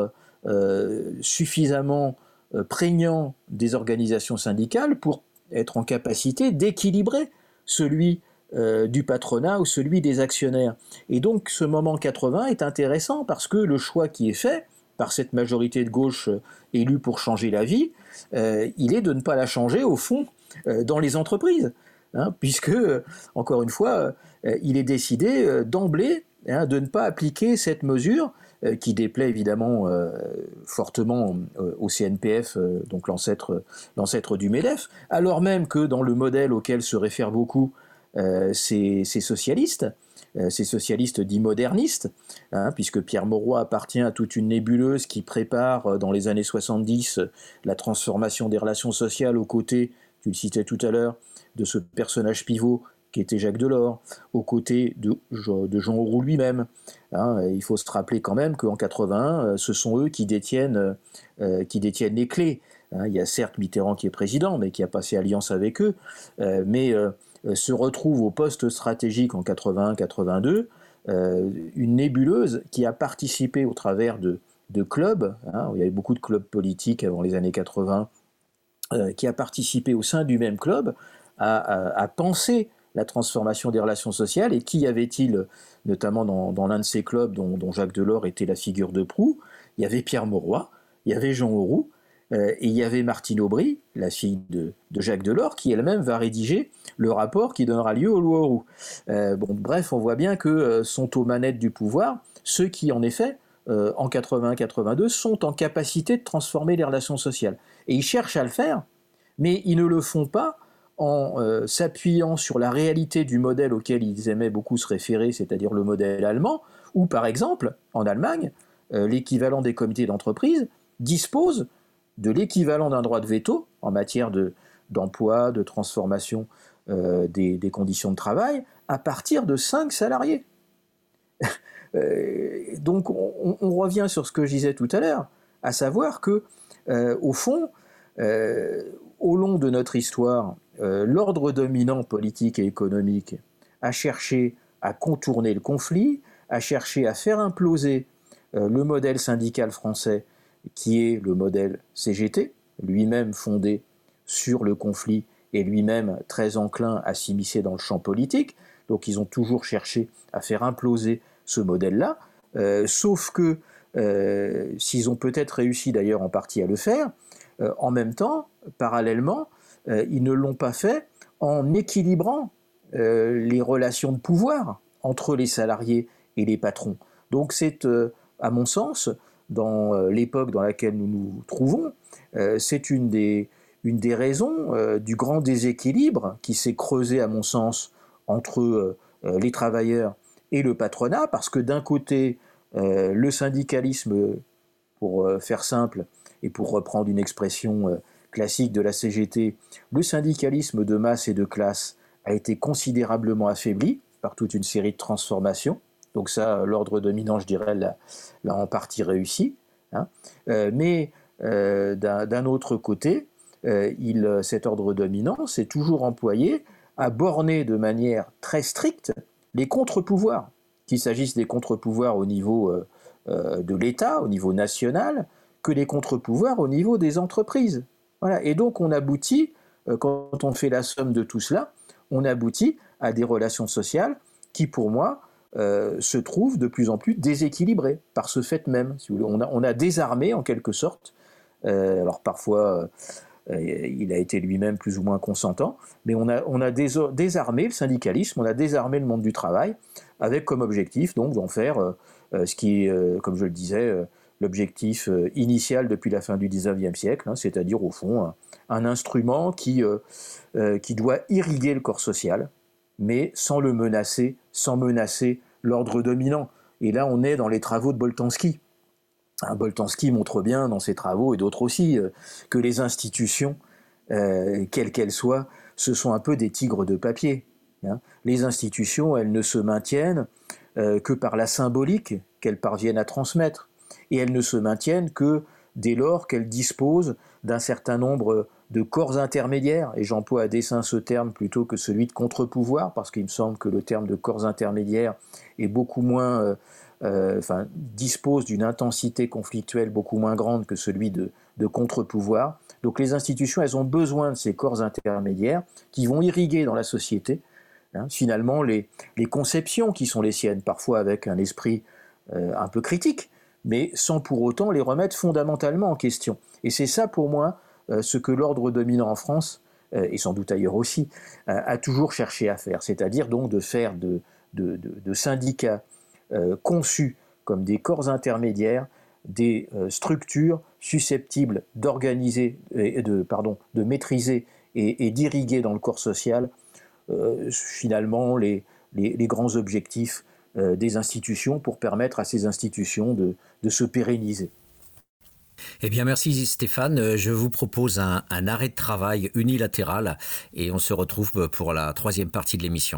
euh, suffisamment euh, prégnant des organisations syndicales pour être en capacité d'équilibrer celui euh, du patronat ou celui des actionnaires. Et donc ce moment quatre-vingts est intéressant parce que le choix qui est fait par cette majorité de gauche euh, élue pour changer la vie, euh, il est de ne pas la changer au fond euh, dans les entreprises. Hein, puisque, euh, encore une fois, euh, il est décidé euh, d'emblée hein, de ne pas appliquer cette mesure euh, qui déplaît évidemment euh, fortement euh, au C N P F, euh, donc l'ancêtre, l'ancêtre du MEDEF, alors même que dans le modèle auquel se réfèrent beaucoup euh, ces, ces socialistes, euh, ces socialistes dits modernistes, hein, puisque Pierre Mauroy appartient à toute une nébuleuse qui prépare euh, dans les années soixante-dix la transformation des relations sociales aux côtés, tu le citais tout à l'heure, de ce personnage pivot qui était Jacques Delors, aux côtés de, de Jean Auroux lui-même. Hein, il faut se rappeler quand même qu'en quatre-vingt-un, ce sont eux qui détiennent, euh, qui détiennent les clés. Hein, il y a certes Mitterrand qui est président, mais qui a passé alliance avec eux, euh, mais euh, se retrouve au poste stratégique en quatre-vingt-un quatre-vingt-deux, euh, une nébuleuse qui a participé au travers de, de clubs, hein, il y avait beaucoup de clubs politiques avant les années quatre-vingts, euh, qui a participé au sein du même club à, à, à penser la transformation des relations sociales. Et qui y avait-il, notamment dans, dans l'un de ces clubs dont, dont Jacques Delors était la figure de proue? Il y avait Pierre Mauroy, il y avait Jean Auroux, euh, et il y avait Martine Aubry, la fille de, de Jacques Delors, qui elle-même va rédiger le rapport qui donnera lieu aux lois Auroux. Euh, bon, bref, on voit bien que euh, sont aux manettes du pouvoir ceux qui, en effet, euh, en quatre-vingt-un quatre-vingt-deux, sont en capacité de transformer les relations sociales. Et ils cherchent à le faire, mais ils ne le font pas en euh, s'appuyant sur la réalité du modèle auquel ils aimaient beaucoup se référer, c'est-à-dire le modèle allemand, où par exemple, en Allemagne, euh, l'équivalent des comités d'entreprise dispose de l'équivalent d'un droit de veto en matière de, d'emploi, de transformation euh, des, des conditions de travail, à partir de cinq salariés. euh, donc on, on revient sur ce que je disais tout à l'heure, à savoir que, euh, au fond, euh, au long de notre histoire, euh, l'ordre dominant politique et économique a cherché à contourner le conflit, a cherché à faire imploser euh, le modèle syndical français qui est le modèle C G T, lui-même fondé sur le conflit et lui-même très enclin à s'immiscer dans le champ politique. Donc ils ont toujours cherché à faire imploser ce modèle-là, euh, sauf que euh, s'ils ont peut-être réussi d'ailleurs en partie à le faire, euh, en même temps, parallèlement, euh, ils ne l'ont pas fait en équilibrant euh, les relations de pouvoir entre les salariés et les patrons. Donc c'est, euh, à mon sens, dans euh, l'époque dans laquelle nous nous trouvons, euh, c'est une des, une des raisons euh, du grand déséquilibre qui s'est creusé, à mon sens, entre euh, les travailleurs et le patronat, parce que d'un côté, euh, le syndicalisme, pour euh, faire simple, et pour reprendre une expression euh, classique de la C G T, le syndicalisme de masse et de classe a été considérablement affaibli par toute une série de transformations. Donc ça, l'ordre dominant, je dirais, l'a, l'a en partie réussi. Hein. Euh, mais euh, d'un, d'un autre côté, euh, il, cet ordre dominant s'est toujours employé à borner de manière très stricte les contre-pouvoirs, qu'il s'agisse des contre-pouvoirs au niveau euh, euh, de l'État, au niveau national, que les contre-pouvoirs au niveau des entreprises. Voilà. Et donc on aboutit, euh, quand on fait la somme de tout cela, on aboutit à des relations sociales qui, pour moi, euh, se trouvent de plus en plus déséquilibrées par ce fait même. Si vous voulez. On, a, on a désarmé, en quelque sorte, euh, alors parfois euh, il a été lui-même plus ou moins consentant, mais on a, on a désarmé le syndicalisme, on a désarmé le monde du travail, avec comme objectif donc d'en faire euh, ce qui est, euh, comme je le disais, euh, l'objectif euh, initial depuis la fin du dix-neuvième siècle, hein, c'est-à-dire au fond un, un instrument qui, euh, euh, qui doit irriguer le corps social, mais sans le menacer, sans menacer l'ordre dominant. Et là, on est dans les travaux de Boltanski. Hein, Boltanski montre bien dans ses travaux, et d'autres aussi, euh, que les institutions, euh, quelles qu'elles soient, ce sont un peu des tigres de papier. Hein. Les institutions, elles ne se maintiennent euh, que par la symbolique qu'elles parviennent à transmettre. Et elles ne se maintiennent que dès lors qu'elles disposent d'un certain nombre de corps intermédiaires, et j'emploie à dessein ce terme plutôt que celui de contre-pouvoir, parce qu'il me semble que le terme de corps intermédiaires est beaucoup moins, euh, euh, enfin, dispose d'une intensité conflictuelle beaucoup moins grande que celui de, de contre-pouvoir. Donc les institutions, elles ont besoin de ces corps intermédiaires qui vont irriguer dans la société, hein, finalement, les, les conceptions qui sont les siennes, parfois avec un esprit euh, un peu critique, mais sans pour autant les remettre fondamentalement en question. Et c'est ça, pour moi, euh, ce que l'ordre dominant en France, euh, et sans doute ailleurs aussi, euh, a toujours cherché à faire, c'est-à-dire donc de faire de, de, de, de syndicats euh, conçus comme des corps intermédiaires, des euh, structures susceptibles d'organiser, et de, pardon, de maîtriser et, et d'irriguer dans le corps social, euh, finalement, les, les, les grands objectifs euh, des institutions pour permettre à ces institutions de, de se pérenniser. Eh bien, merci Stéphane. Je vous propose un, un arrêt de travail unilatéral et on se retrouve pour la troisième partie de l'émission.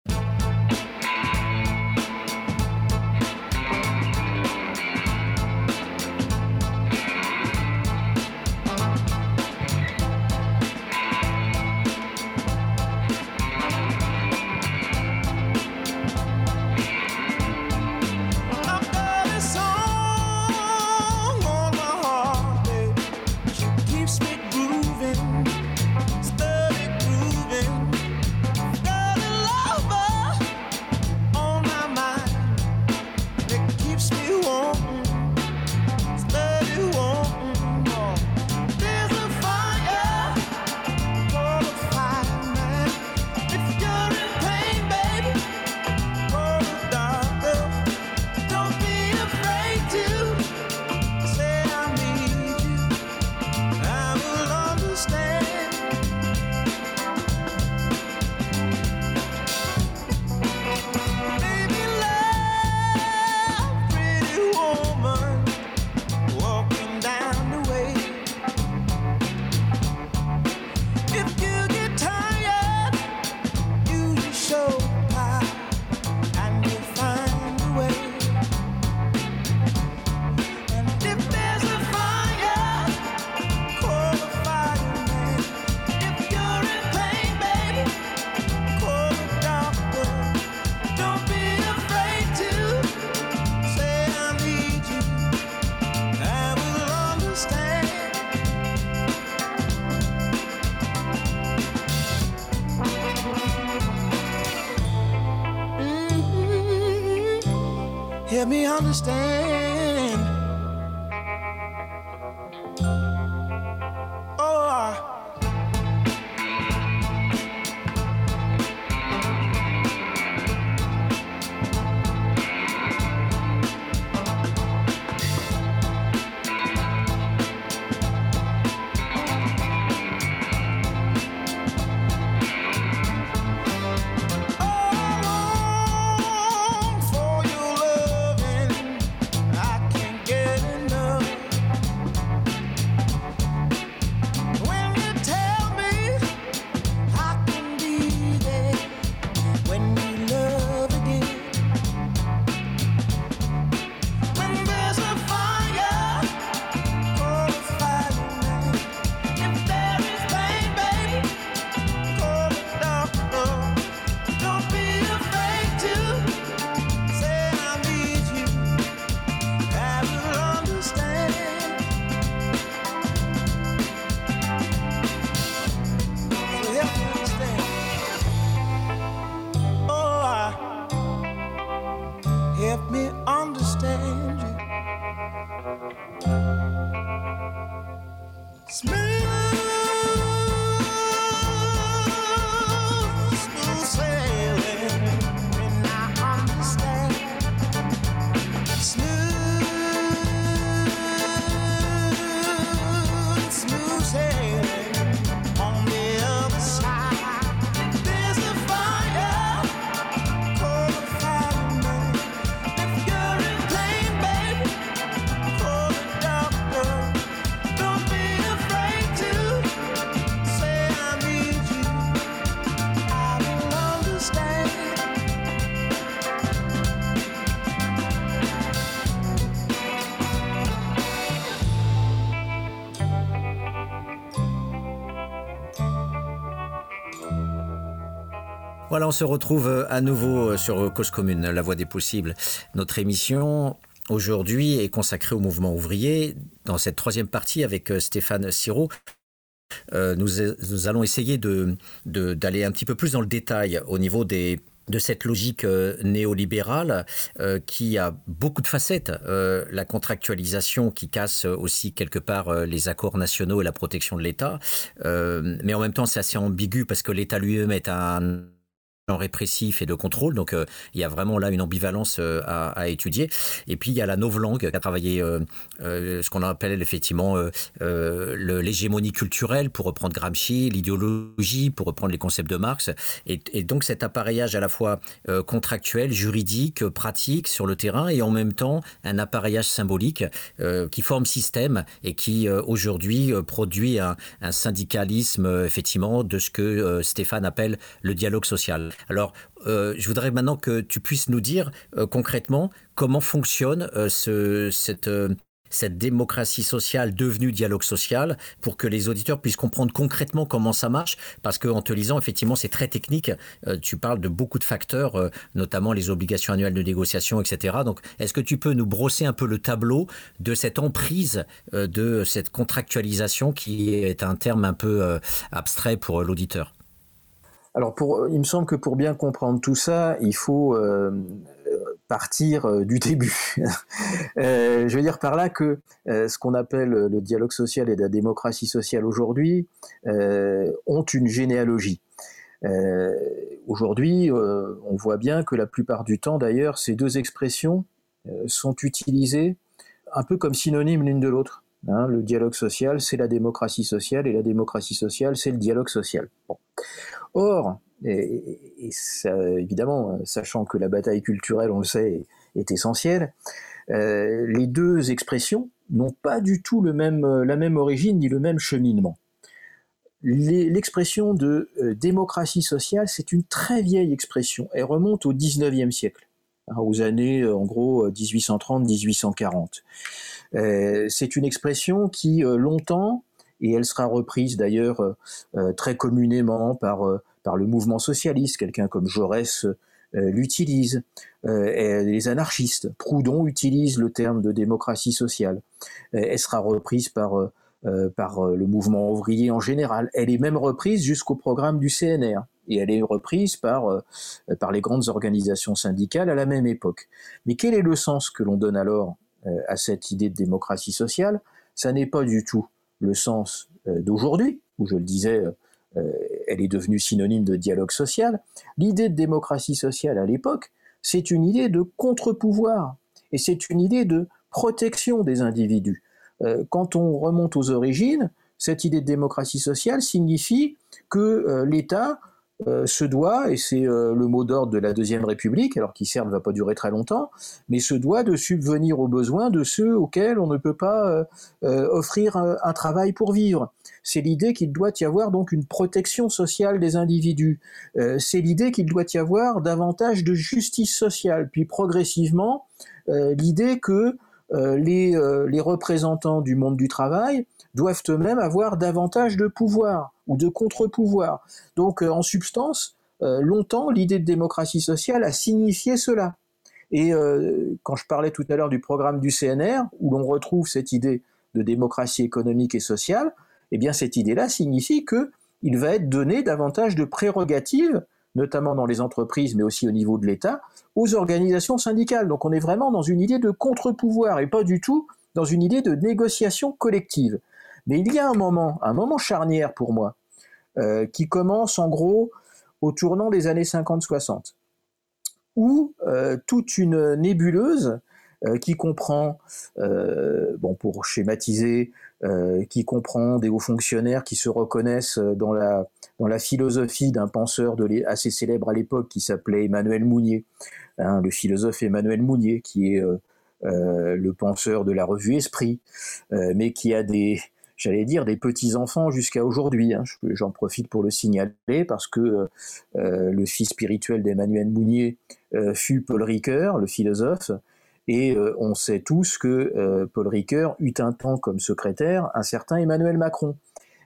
Help me understand. Oh, I help me understand you. Smooth, smooth sailing when I understand. Smooth, smooth sailing on the other side. There's a fire, call the fireman. If you're in pain, baby, call the doctor. Don't be afraid to say I need you. I will understand. Voilà, on se retrouve euh, à nouveau euh, sur Cause Commune, la voie des possibles. Notre émission aujourd'hui est consacrée au mouvement ouvrier. Dans cette troisième partie avec euh, Stéphane Sirot, euh, nous, nous allons essayer de, de, d'aller un petit peu plus dans le détail au niveau des de cette logique euh, néolibérale euh, qui a beaucoup de facettes. Euh, la contractualisation qui casse aussi quelque part euh, les accords nationaux et la protection de l'État. Euh, mais en même temps, c'est assez ambigu parce que l'État lui-même est un répressif et de contrôle, donc euh, il y a vraiment là une ambivalence euh, à, à étudier. Et puis il y a la novlangue qui a travaillé euh, euh, ce qu'on appelle effectivement euh, euh, le, l'hégémonie culturelle pour reprendre Gramsci, l'idéologie pour reprendre les concepts de Marx, et, et donc cet appareillage à la fois euh, contractuel, juridique, euh, pratique sur le terrain, et en même temps un appareillage symbolique euh, qui forme système et qui euh, aujourd'hui euh, produit un, un syndicalisme euh, effectivement de ce que euh, Stéphane appelle le dialogue social. Alors, euh, je voudrais maintenant que tu puisses nous dire euh, concrètement comment fonctionne euh, ce, cette, euh, cette démocratie sociale devenue dialogue social pour que les auditeurs puissent comprendre concrètement comment ça marche. Parce qu'en te lisant, effectivement, c'est très technique. Euh, tu parles de beaucoup de facteurs, euh, notamment les obligations annuelles de négociation, et cetera. Donc, est-ce que tu peux nous brosser un peu le tableau de cette emprise, euh, de cette contractualisation qui est un terme un peu euh, abstrait pour euh, l'auditeur ? Alors, pour, il me semble que pour bien comprendre tout ça, il faut euh, partir euh, du début. euh, je veux dire par là que euh, ce qu'on appelle le dialogue social et la démocratie sociale aujourd'hui euh, ont une généalogie. Euh, aujourd'hui, euh, on voit bien que la plupart du temps, d'ailleurs, ces deux expressions euh, sont utilisées un peu comme synonymes l'une de l'autre. Hein, le dialogue social, c'est la démocratie sociale, et la démocratie sociale, c'est le dialogue social. Bon. Or, et, et ça, évidemment, sachant que la bataille culturelle, on le sait, est, est essentielle, euh, les deux expressions n'ont pas du tout le même, la même origine ni le même cheminement. Les, l'expression de euh, démocratie sociale, c'est une très vieille expression. Elle remonte au dix-neuvième siècle, hein, aux années, en gros, dix-huit cent trente à dix-huit cent quarante. Euh, c'est une expression qui, euh, longtemps, et elle sera reprise d'ailleurs euh, très communément par, euh, par le mouvement socialiste, quelqu'un comme Jaurès euh, l'utilise, euh, et les anarchistes, Proudhon utilise le terme de démocratie sociale, euh, elle sera reprise par, euh, par le mouvement ouvrier en général, elle est même reprise jusqu'au programme du C N R, et elle est reprise par, euh, par les grandes organisations syndicales à la même époque. Mais quel est le sens que l'on donne alors euh, à cette idée de démocratie sociale? Ça n'est pas du tout le sens euh, d'aujourd'hui, où je le disais, euh, elle est devenue synonyme de dialogue social. L'idée de démocratie sociale à l'époque, c'est une idée de contre-pouvoir, et c'est une idée de protection des individus. Euh, quand on remonte aux origines, cette idée de démocratie sociale signifie que euh, l'État euh, se doit, et c'est euh, le mot d'ordre de la Deuxième République, alors qui certes ne va pas durer très longtemps, mais se doit de subvenir aux besoins de ceux auxquels on ne peut pas euh, euh, offrir un, un travail pour vivre. C'est l'idée qu'il doit y avoir donc une protection sociale des individus. Euh, c'est l'idée qu'il doit y avoir davantage de justice sociale, puis progressivement euh, l'idée que euh, les, euh, les représentants du monde du travail doivent eux-mêmes avoir davantage de pouvoir ou de contre-pouvoir. Donc, euh, en substance, euh, longtemps, l'idée de démocratie sociale a signifié cela. Et euh, quand je parlais tout à l'heure du programme du C N R, où l'on retrouve cette idée de démocratie économique et sociale, eh bien, cette idée-là signifie qu'il va être donné davantage de prérogatives, notamment dans les entreprises, mais aussi au niveau de l'État, aux organisations syndicales. Donc, on est vraiment dans une idée de contre-pouvoir et pas du tout dans une idée de négociation collective. Mais il y a un moment, un moment charnière pour moi, euh, qui commence en gros au tournant des années cinquante soixante, où euh, toute une nébuleuse euh, qui comprend, euh, bon pour schématiser, euh, qui comprend des hauts fonctionnaires qui se reconnaissent dans la, dans la philosophie d'un penseur de assez célèbre à l'époque qui s'appelait Emmanuel Mounier, hein, le philosophe Emmanuel Mounier, qui est euh, euh, le penseur de la revue Esprit, euh, mais qui a des... j'allais dire des petits-enfants jusqu'à aujourd'hui. Hein. J'en profite pour le signaler parce que euh, le fils spirituel d'Emmanuel Mounier euh, fut Paul Ricoeur, le philosophe, et euh, on sait tous que euh, Paul Ricoeur eut un temps comme secrétaire un certain Emmanuel Macron.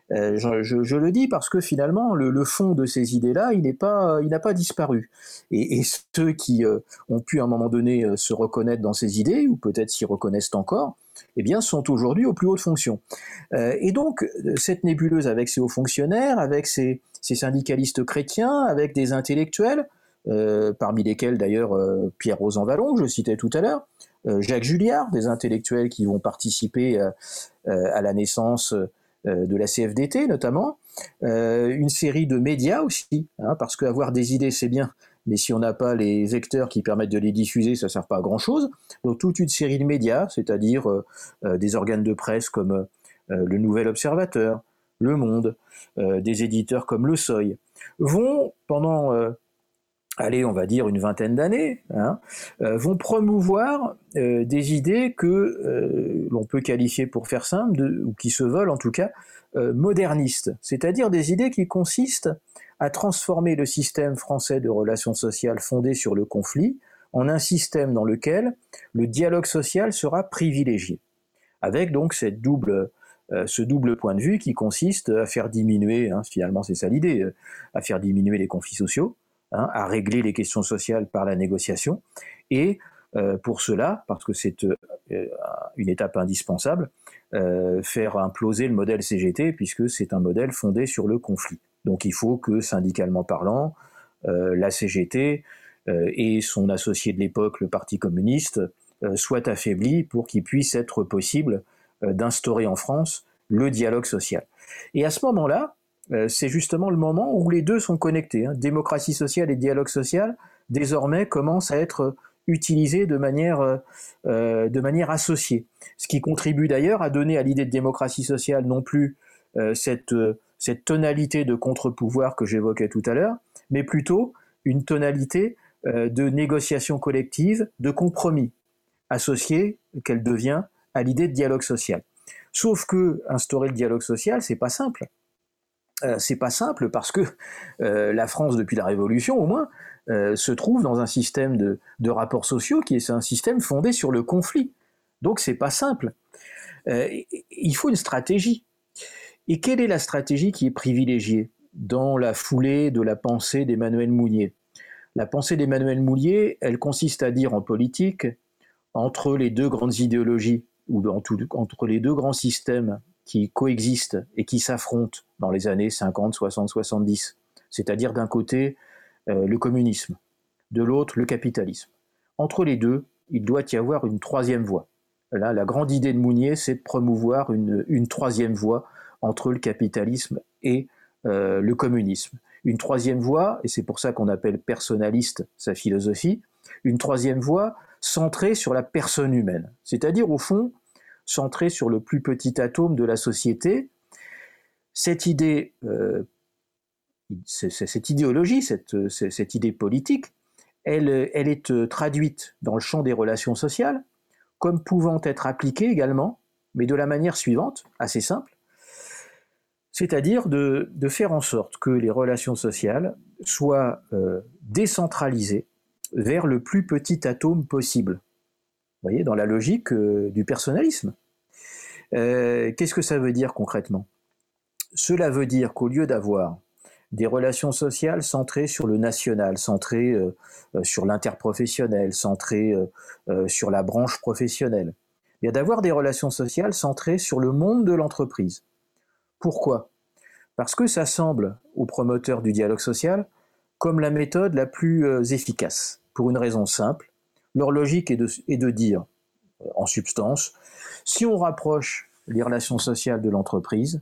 Euh, je, je, je le dis parce que finalement, le, le fond de ces idées-là, il n'est pas, il n'a pas disparu. Et, et ceux qui euh, ont pu à un moment donné euh, se reconnaître dans ces idées, ou peut-être s'y reconnaissent encore, eh bien, sont aujourd'hui aux plus hautes fonctions. Euh, et donc, cette nébuleuse avec ses hauts fonctionnaires, avec ses, ses syndicalistes chrétiens, avec des intellectuels, euh, parmi lesquels d'ailleurs euh, Pierre Rosanvallon, que je citais tout à l'heure, euh, Jacques Julliard, des intellectuels qui vont participer euh, euh, à la naissance euh, de la C F D T notamment, euh, une série de médias aussi, hein, parce qu'avoir des idées c'est bien, mais si on n'a pas les vecteurs qui permettent de les diffuser, ça ne sert pas à grand-chose. Donc toute une série de médias, c'est-à-dire euh, euh, des organes de presse comme euh, le Nouvel Observateur, Le Monde, euh, des éditeurs comme Le Seuil, vont pendant, euh, allez, on va dire une vingtaine d'années, hein, euh, vont promouvoir euh, des idées que euh, l'on peut qualifier, pour faire simple, de, ou qui se veulent en tout cas, euh, modernistes, c'est-à-dire des idées qui consistent à transformer le système français de relations sociales fondé sur le conflit en un système dans lequel le dialogue social sera privilégié, avec donc cette double, euh, ce double point de vue qui consiste à faire diminuer, hein, finalement c'est ça l'idée, euh, à faire diminuer les conflits sociaux, hein, à régler les questions sociales par la négociation, et euh, pour cela, parce que c'est euh, une étape indispensable, euh, faire imploser le modèle C G T, puisque c'est un modèle fondé sur le conflit. Donc il faut que, syndicalement parlant, euh, la C G T euh, et son associé de l'époque, le Parti communiste, euh, soient affaiblis pour qu'il puisse être possible euh, d'instaurer en France le dialogue social. Et à ce moment-là, euh, c'est justement le moment où les deux sont connectés. Hein. Démocratie sociale et dialogue social, désormais, commencent à être utilisés de manière, euh, de manière associée. Ce qui contribue d'ailleurs à donner à l'idée de démocratie sociale non plus euh, cette... Euh, cette tonalité de contre-pouvoir que j'évoquais tout à l'heure, mais plutôt une tonalité euh, de négociation collective, de compromis, associée qu'elle devient à l'idée de dialogue social. Sauf que instaurer le dialogue social, c'est pas simple. Euh, c'est pas simple parce que euh, la France, depuis la Révolution au moins, euh, se trouve dans un système de, de rapports sociaux qui est un système fondé sur le conflit. Donc c'est pas simple. Euh, il faut une stratégie. Et quelle est la stratégie qui est privilégiée dans la foulée de la pensée d'Emmanuel Mounier? La pensée d'Emmanuel Mounier, elle consiste à dire en politique, entre les deux grandes idéologies, ou entre les deux grands systèmes qui coexistent et qui s'affrontent dans les années cinquante, soixante, soixante-dix, c'est-à-dire d'un côté euh, le communisme, de l'autre le capitalisme. Entre les deux, il doit y avoir une troisième voie. Là, la grande idée de Mounier, c'est de promouvoir une, une troisième voie entre le capitalisme et euh, le communisme. Une troisième voie, et c'est pour ça qu'on appelle personnaliste sa philosophie, une troisième voie centrée sur la personne humaine, c'est-à-dire au fond centrée sur le plus petit atome de la société. Cette idée, euh, cette idéologie, cette, cette idée politique, elle, elle est traduite dans le champ des relations sociales comme pouvant être appliquée également, mais de la manière suivante, assez simple, c'est-à-dire de, de faire en sorte que les relations sociales soient euh, décentralisées vers le plus petit atome possible. Vous voyez, dans la logique euh, du personnalisme. Euh, qu'est-ce que ça veut dire concrètement? Cela veut dire qu'au lieu d'avoir des relations sociales centrées sur le national, centrées euh, sur l'interprofessionnel, centrées euh, euh, sur la branche professionnelle, et d'avoir des relations sociales centrées sur le monde de l'entreprise. Pourquoi? Parce que ça semble aux promoteurs du dialogue social comme la méthode la plus euh, efficace, pour une raison simple. Leur logique est de, est de dire, euh, en substance, si on rapproche les relations sociales de l'entreprise,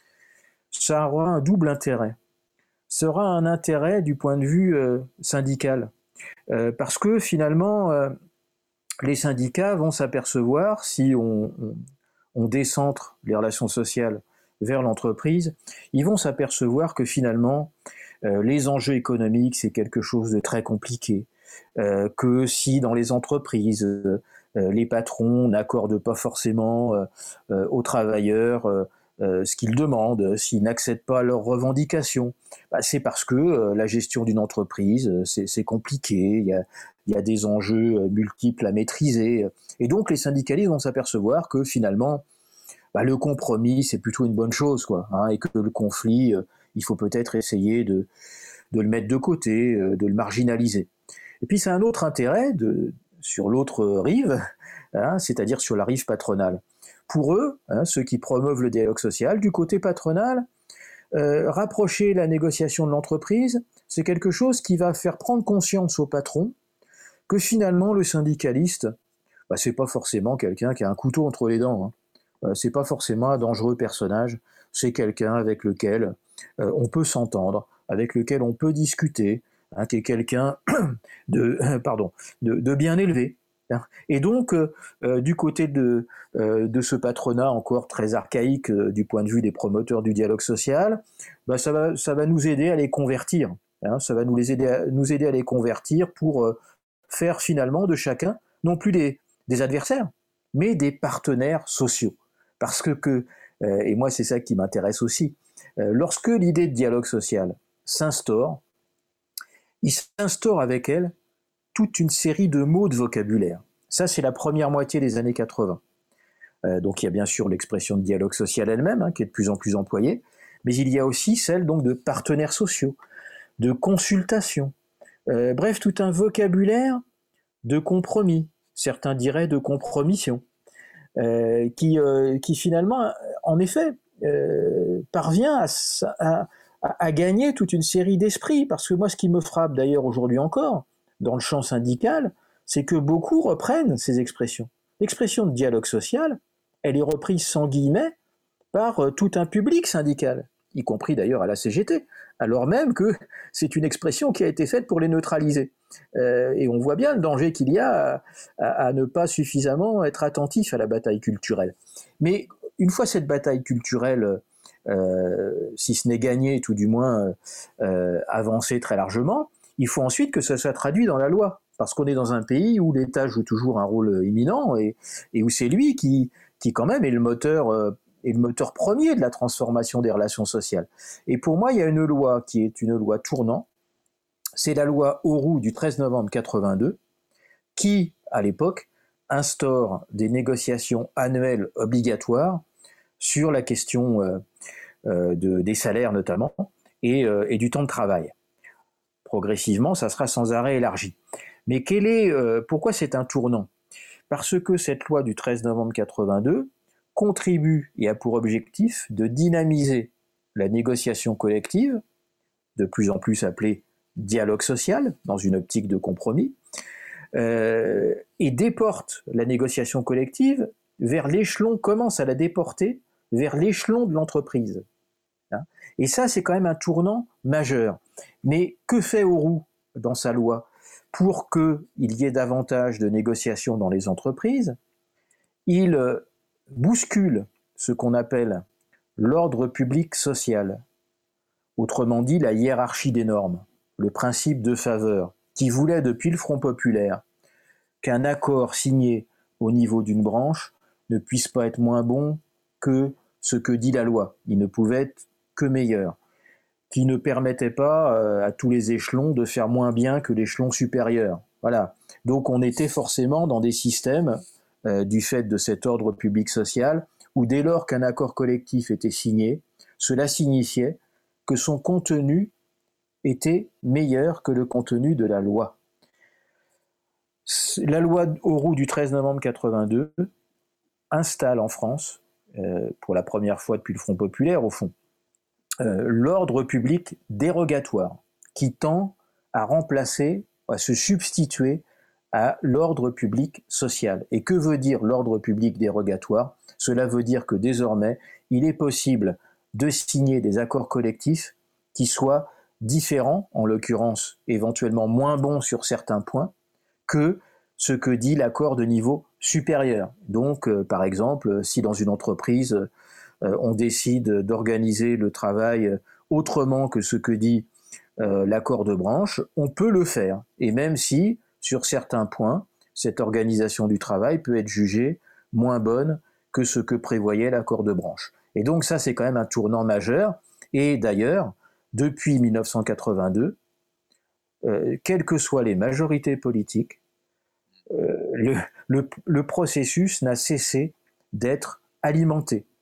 ça aura un double intérêt. Ça aura un intérêt du point de vue euh, syndical, euh, parce que finalement, euh, les syndicats vont s'apercevoir, si on, on, on décentre les relations sociales vers l'entreprise, ils vont s'apercevoir que finalement, euh, les enjeux économiques, c'est quelque chose de très compliqué, euh, que si dans les entreprises, euh, les patrons n'accordent pas forcément euh, euh, aux travailleurs euh, euh, ce qu'ils demandent, s'ils n'acceptent pas leurs revendications, bah, c'est parce que euh, la gestion d'une entreprise, c'est, c'est compliqué, il y a, il y a des enjeux multiples à maîtriser, et donc les syndicalistes vont s'apercevoir que finalement, bah, le compromis, c'est plutôt une bonne chose, quoi, hein, et que le conflit, euh, il faut peut-être essayer de, de le mettre de côté, euh, de le marginaliser. Et puis c'est un autre intérêt de, sur l'autre rive, hein, c'est-à-dire sur la rive patronale. Pour eux, hein, ceux qui promeuvent le dialogue social, du côté patronal, euh, rapprocher la négociation de l'entreprise, c'est quelque chose qui va faire prendre conscience au patron que finalement le syndicaliste, bah, c'est pas forcément quelqu'un qui a un couteau entre les dents, hein. Euh, c'est pas forcément un dangereux personnage, c'est quelqu'un avec lequel euh, on peut s'entendre, avec lequel on peut discuter, hein, qui est quelqu'un de, pardon, de, de bien élevé. Hein. Et donc, euh, euh, du côté de, euh, de ce patronat encore très archaïque euh, du point de vue des promoteurs du dialogue social, bah, ça va, ça va nous aider à les convertir. Hein, ça va nous, les aider à, nous aider à les convertir pour euh, faire finalement de chacun, non plus des, des adversaires, mais des partenaires sociaux. Parce que, que euh, et moi c'est ça qui m'intéresse aussi, euh, lorsque l'idée de dialogue social s'instaure, il s'instaure avec elle toute une série de mots de vocabulaire. Ça, c'est la première moitié des années quatre-vingts. Euh, donc il y a bien sûr l'expression de dialogue social elle-même, hein, qui est de plus en plus employée, mais il y a aussi celle donc de partenaires sociaux, de consultation, euh, bref, tout un vocabulaire de compromis, certains diraient de compromission, euh, qui, euh, qui finalement, en effet, euh, parvient à, à, à gagner toute une série d'esprits, parce que moi, ce qui me frappe d'ailleurs aujourd'hui encore, dans le champ syndical, c'est que beaucoup reprennent ces expressions. L'expression de dialogue social, elle est reprise sans guillemets par euh, tout un public syndical, y compris d'ailleurs à la C G T, alors même que c'est une expression qui a été faite pour les neutraliser. Euh, et on voit bien le danger qu'il y a à, à, à ne pas suffisamment être attentif à la bataille culturelle. Mais une fois cette bataille culturelle, euh, si ce n'est gagnée, tout du moins euh, avancée très largement, il faut ensuite que ça soit traduit dans la loi. Parce qu'on est dans un pays où l'État joue toujours un rôle éminent et, et où c'est lui qui, qui quand même est le moteur... Euh, est le moteur premier de la transformation des relations sociales. Et pour moi, il y a une loi qui est une loi tournant, c'est la loi Auroux du treize novembre quatre-vingt-deux, qui, à l'époque, instaure des négociations annuelles obligatoires sur la question euh, euh, de, des salaires notamment, et, euh, et du temps de travail. Progressivement, ça sera sans arrêt élargi. Mais quel est, euh, pourquoi c'est un tournant ? Parce que cette loi du treize novembre quatre-vingt-deux contribue et a pour objectif de dynamiser la négociation collective, de plus en plus appelée dialogue social, dans une optique de compromis, euh, et déporte la négociation collective vers l'échelon, commence à la déporter vers l'échelon de l'entreprise. Hein. Et ça, c'est quand même un tournant majeur. Mais que fait Auroux dans sa loi pour qu'il y ait davantage de négociations dans les entreprises? Il bouscule ce qu'on appelle l'ordre public social, autrement dit la hiérarchie des normes, le principe de faveur, qui voulait depuis le Front populaire qu'un accord signé au niveau d'une branche ne puisse pas être moins bon que ce que dit la loi, il ne pouvait être que meilleur, qui ne permettait pas euh, à tous les échelons de faire moins bien que l'échelon supérieur. Voilà. Donc on était forcément dans des systèmes Euh, du fait de cet ordre public social, où dès lors qu'un accord collectif était signé, cela signifiait que son contenu était meilleur que le contenu de la loi. La loi Auroux du treize novembre quatre-vingt-deux installe en France, euh, pour la première fois depuis le Front populaire au fond, euh, l'ordre public dérogatoire, qui tend à remplacer, à se substituer à l'ordre public social. Et que veut dire l'ordre public dérogatoire ? Cela veut dire que désormais, il est possible de signer des accords collectifs qui soient différents, en l'occurrence éventuellement moins bons sur certains points, que ce que dit l'accord de niveau supérieur. Donc, euh, par exemple, si dans une entreprise, euh, on décide d'organiser le travail autrement que ce que dit euh, l'accord de branche, on peut le faire. Et même si sur certains points, cette organisation du travail peut être jugée moins bonne que ce que prévoyait l'accord de branche. Et donc ça, c'est quand même un tournant majeur. Et d'ailleurs, depuis mille neuf cent quatre-vingt-deux, euh, quelles que soient les majorités politiques, euh, le, le, le processus n'a cessé d'être alimenté.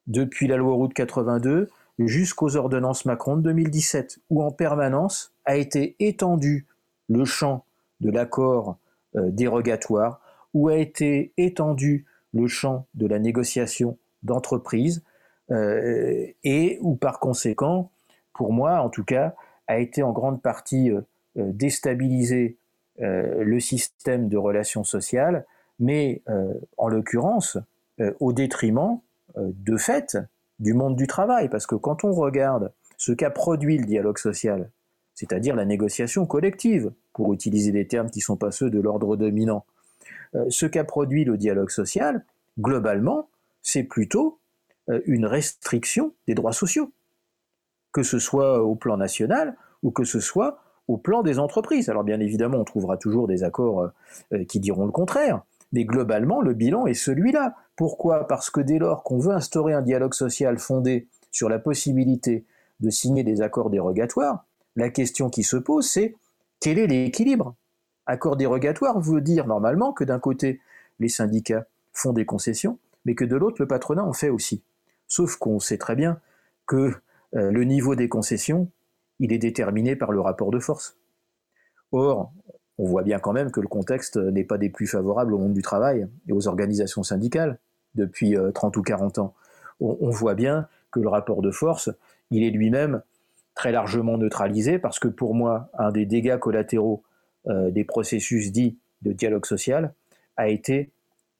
depuis la loi Auroux de quatre-vingt-deux jusqu'aux ordonnances Macron de deux mille dix-sept, où en permanence a été étendu le champ de l'accord euh, dérogatoire, où a été étendu le champ de la négociation d'entreprise, euh, et où par conséquent, pour moi en tout cas, a été en grande partie euh, déstabilisé euh, le système de relations sociales, mais euh, en l'occurrence euh, au détriment euh, de fait du monde du travail, parce que quand on regarde ce qu'a produit le dialogue social, c'est-à-dire la négociation collective, pour utiliser des termes qui ne sont pas ceux de l'ordre dominant, euh, ce qu'a produit le dialogue social, globalement, c'est plutôt euh, une restriction des droits sociaux, que ce soit au plan national ou que ce soit au plan des entreprises. Alors bien évidemment, on trouvera toujours des accords euh, qui diront le contraire, mais globalement, le bilan est celui-là. Pourquoi ? Parce que dès lors qu'on veut instaurer un dialogue social fondé sur la possibilité de signer des accords dérogatoires, la question qui se pose, c'est quel est l'équilibre ? Accord dérogatoire veut dire normalement que d'un côté, les syndicats font des concessions, mais que de l'autre, le patronat en fait aussi. Sauf qu'on sait très bien que euh, le niveau des concessions, il est déterminé par le rapport de force. Or, on voit bien quand même que le contexte n'est pas des plus favorables au monde du travail et aux organisations syndicales depuis trente ou quarante ans. On, on voit bien que le rapport de force, il est lui-même très largement neutralisé, parce que pour moi, un des dégâts collatéraux euh, des processus dits de dialogue social a été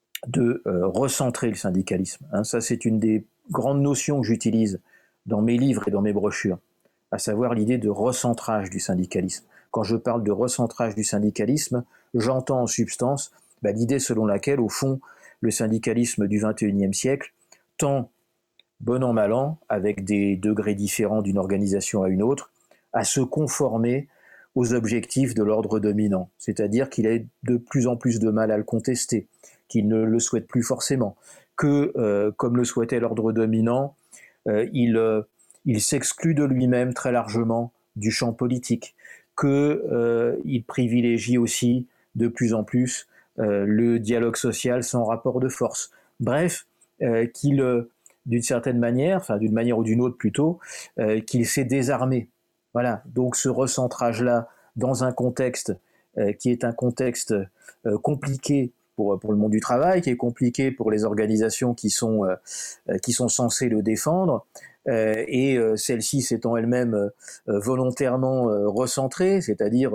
de euh, recentrer le syndicalisme. Hein, ça, c'est une des grandes notions que j'utilise dans mes livres et dans mes brochures, à savoir l'idée de recentrage du syndicalisme. Quand je parle de recentrage du syndicalisme, j'entends en substance bah, l'idée selon laquelle, au fond, le syndicalisme du vingt et unième siècle tend, bon an mal an, avec des degrés différents d'une organisation à une autre, à se conformer aux objectifs de l'ordre dominant. C'est-à-dire qu'il a de plus en plus de mal à le contester, qu'il ne le souhaite plus forcément, que, euh, comme le souhaitait l'ordre dominant, euh, il, euh, il s'exclut de lui-même très largement du champ politique, qu'il euh, privilégie aussi de plus en plus euh, le dialogue social sans rapport de force. Bref, euh, qu'il, euh, d'une certaine manière, enfin d'une manière ou d'une autre plutôt, euh, qu'il s'est désarmé. Voilà, donc ce recentrage-là, dans un contexte euh, qui est un contexte euh, compliqué pour, pour le monde du travail, qui est compliqué pour les organisations qui sont, euh, qui sont censées le défendre, Euh, et euh, celle-ci s'étant elle-même euh, volontairement euh, recentrée, c'est-à-dire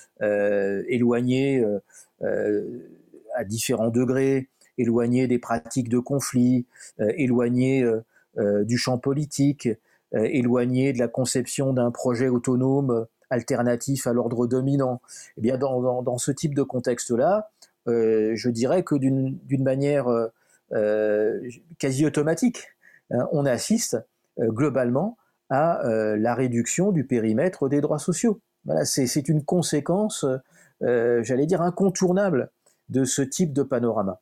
euh, éloignée euh, euh, à différents degrés, éloignée des pratiques de conflit, euh, éloignée euh, euh, du champ politique, euh, éloignée de la conception d'un projet autonome alternatif à l'ordre dominant. Eh bien, dans, dans, dans ce type de contexte-là, euh, je dirais que d'une, d'une manière euh, quasi automatique, hein, on assiste Euh, globalement à euh, la réduction du périmètre des droits sociaux. Voilà, c'est, c'est une conséquence, euh, j'allais dire, incontournable de ce type de panorama.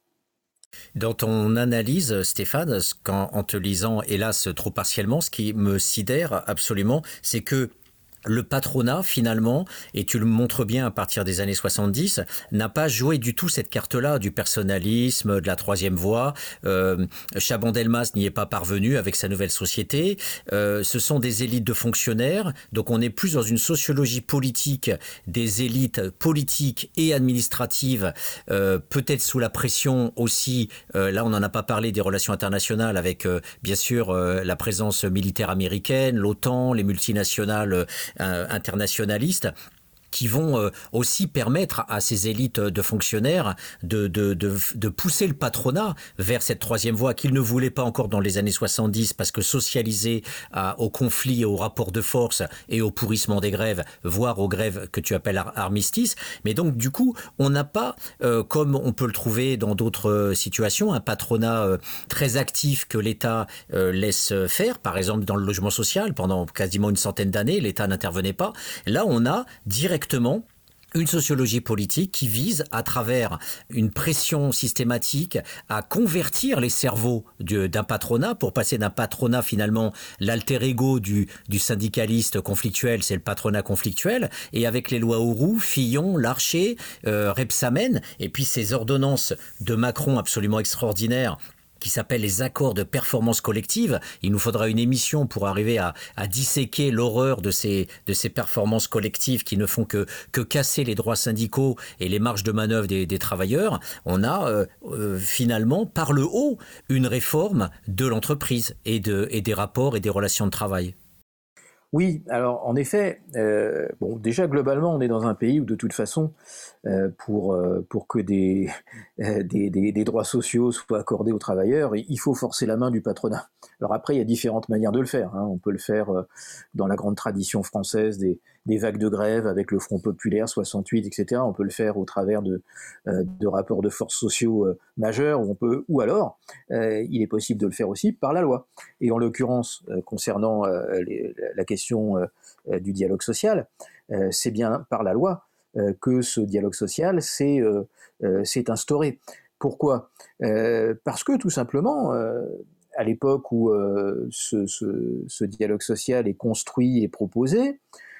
Dans ton analyse, Stéphane, quand, en te lisant, hélas, trop partiellement, ce qui me sidère absolument, c'est que le patronat, finalement, et tu le montres bien à partir des années soixante-dix, n'a pas joué du tout cette carte-là du personnalisme, de la troisième voie. Euh, Chaban-Delmas n'y est pas parvenu avec sa nouvelle société. Euh, ce sont des élites de fonctionnaires, donc on est plus dans une sociologie politique des élites politiques et administratives, euh, peut-être sous la pression aussi, euh, là on n'en a pas parlé, des relations internationales avec, euh, bien sûr, euh, la présence militaire américaine, l'OTAN, les multinationales euh, internationalistes, qui vont euh, aussi permettre à ces élites de fonctionnaires de, de, de, de pousser le patronat vers cette troisième voie qu'ils ne voulaient pas encore dans les années soixante-dix, parce que socialisé à, au conflit, au rapport de force et au pourrissement des grèves, voire aux grèves que tu appelles ar- armistice. Mais donc, du coup, on n'a pas, euh, comme on peut le trouver dans d'autres situations, un patronat euh, très actif que l'État euh, laisse faire. Par exemple, dans le logement social, pendant quasiment une centaine d'années, l'État n'intervenait pas. Là, on a directement une sociologie politique qui vise, à travers une pression systématique, à convertir les cerveaux de, d'un patronat, pour passer d'un patronat, finalement, l'alter ego du, du syndicaliste conflictuel, c'est le patronat conflictuel, et avec les lois Auroux, Fillon, Larcher, euh, Rebsamen, et puis ces ordonnances de Macron absolument extraordinaires, qui s'appellent les accords de performance collective. Il nous faudra une émission pour arriver à, à disséquer l'horreur de ces, de ces performances collectives qui ne font que, que casser les droits syndicaux et les marges de manœuvre des, des travailleurs. On a euh, euh, finalement, par le haut, une réforme de l'entreprise et, de, et des rapports et des relations de travail. Oui, alors en effet, euh, bon, déjà globalement, on est dans un pays où de toute façon, euh, pour, euh, pour que des, euh, des, des, des droits sociaux soient accordés aux travailleurs, il faut forcer la main du patronat. Alors après, il y a différentes manières de le faire, hein. On peut le faire euh, dans la grande tradition française des, des vagues de grève avec le Front populaire, soixante-huit, et cetera. On peut le faire au travers de, euh, de rapports de force sociaux euh, majeurs, ou, on peut, ou alors, euh, il est possible de le faire aussi par la loi. Et en l'occurrence, euh, concernant euh, les, la question euh, du dialogue social, euh, c'est bien par la loi euh, que ce dialogue social s'est, euh, euh, s'est instauré. Pourquoi ? euh, Parce que tout simplement, euh, à l'époque où euh, ce, ce, ce dialogue social est construit et proposé,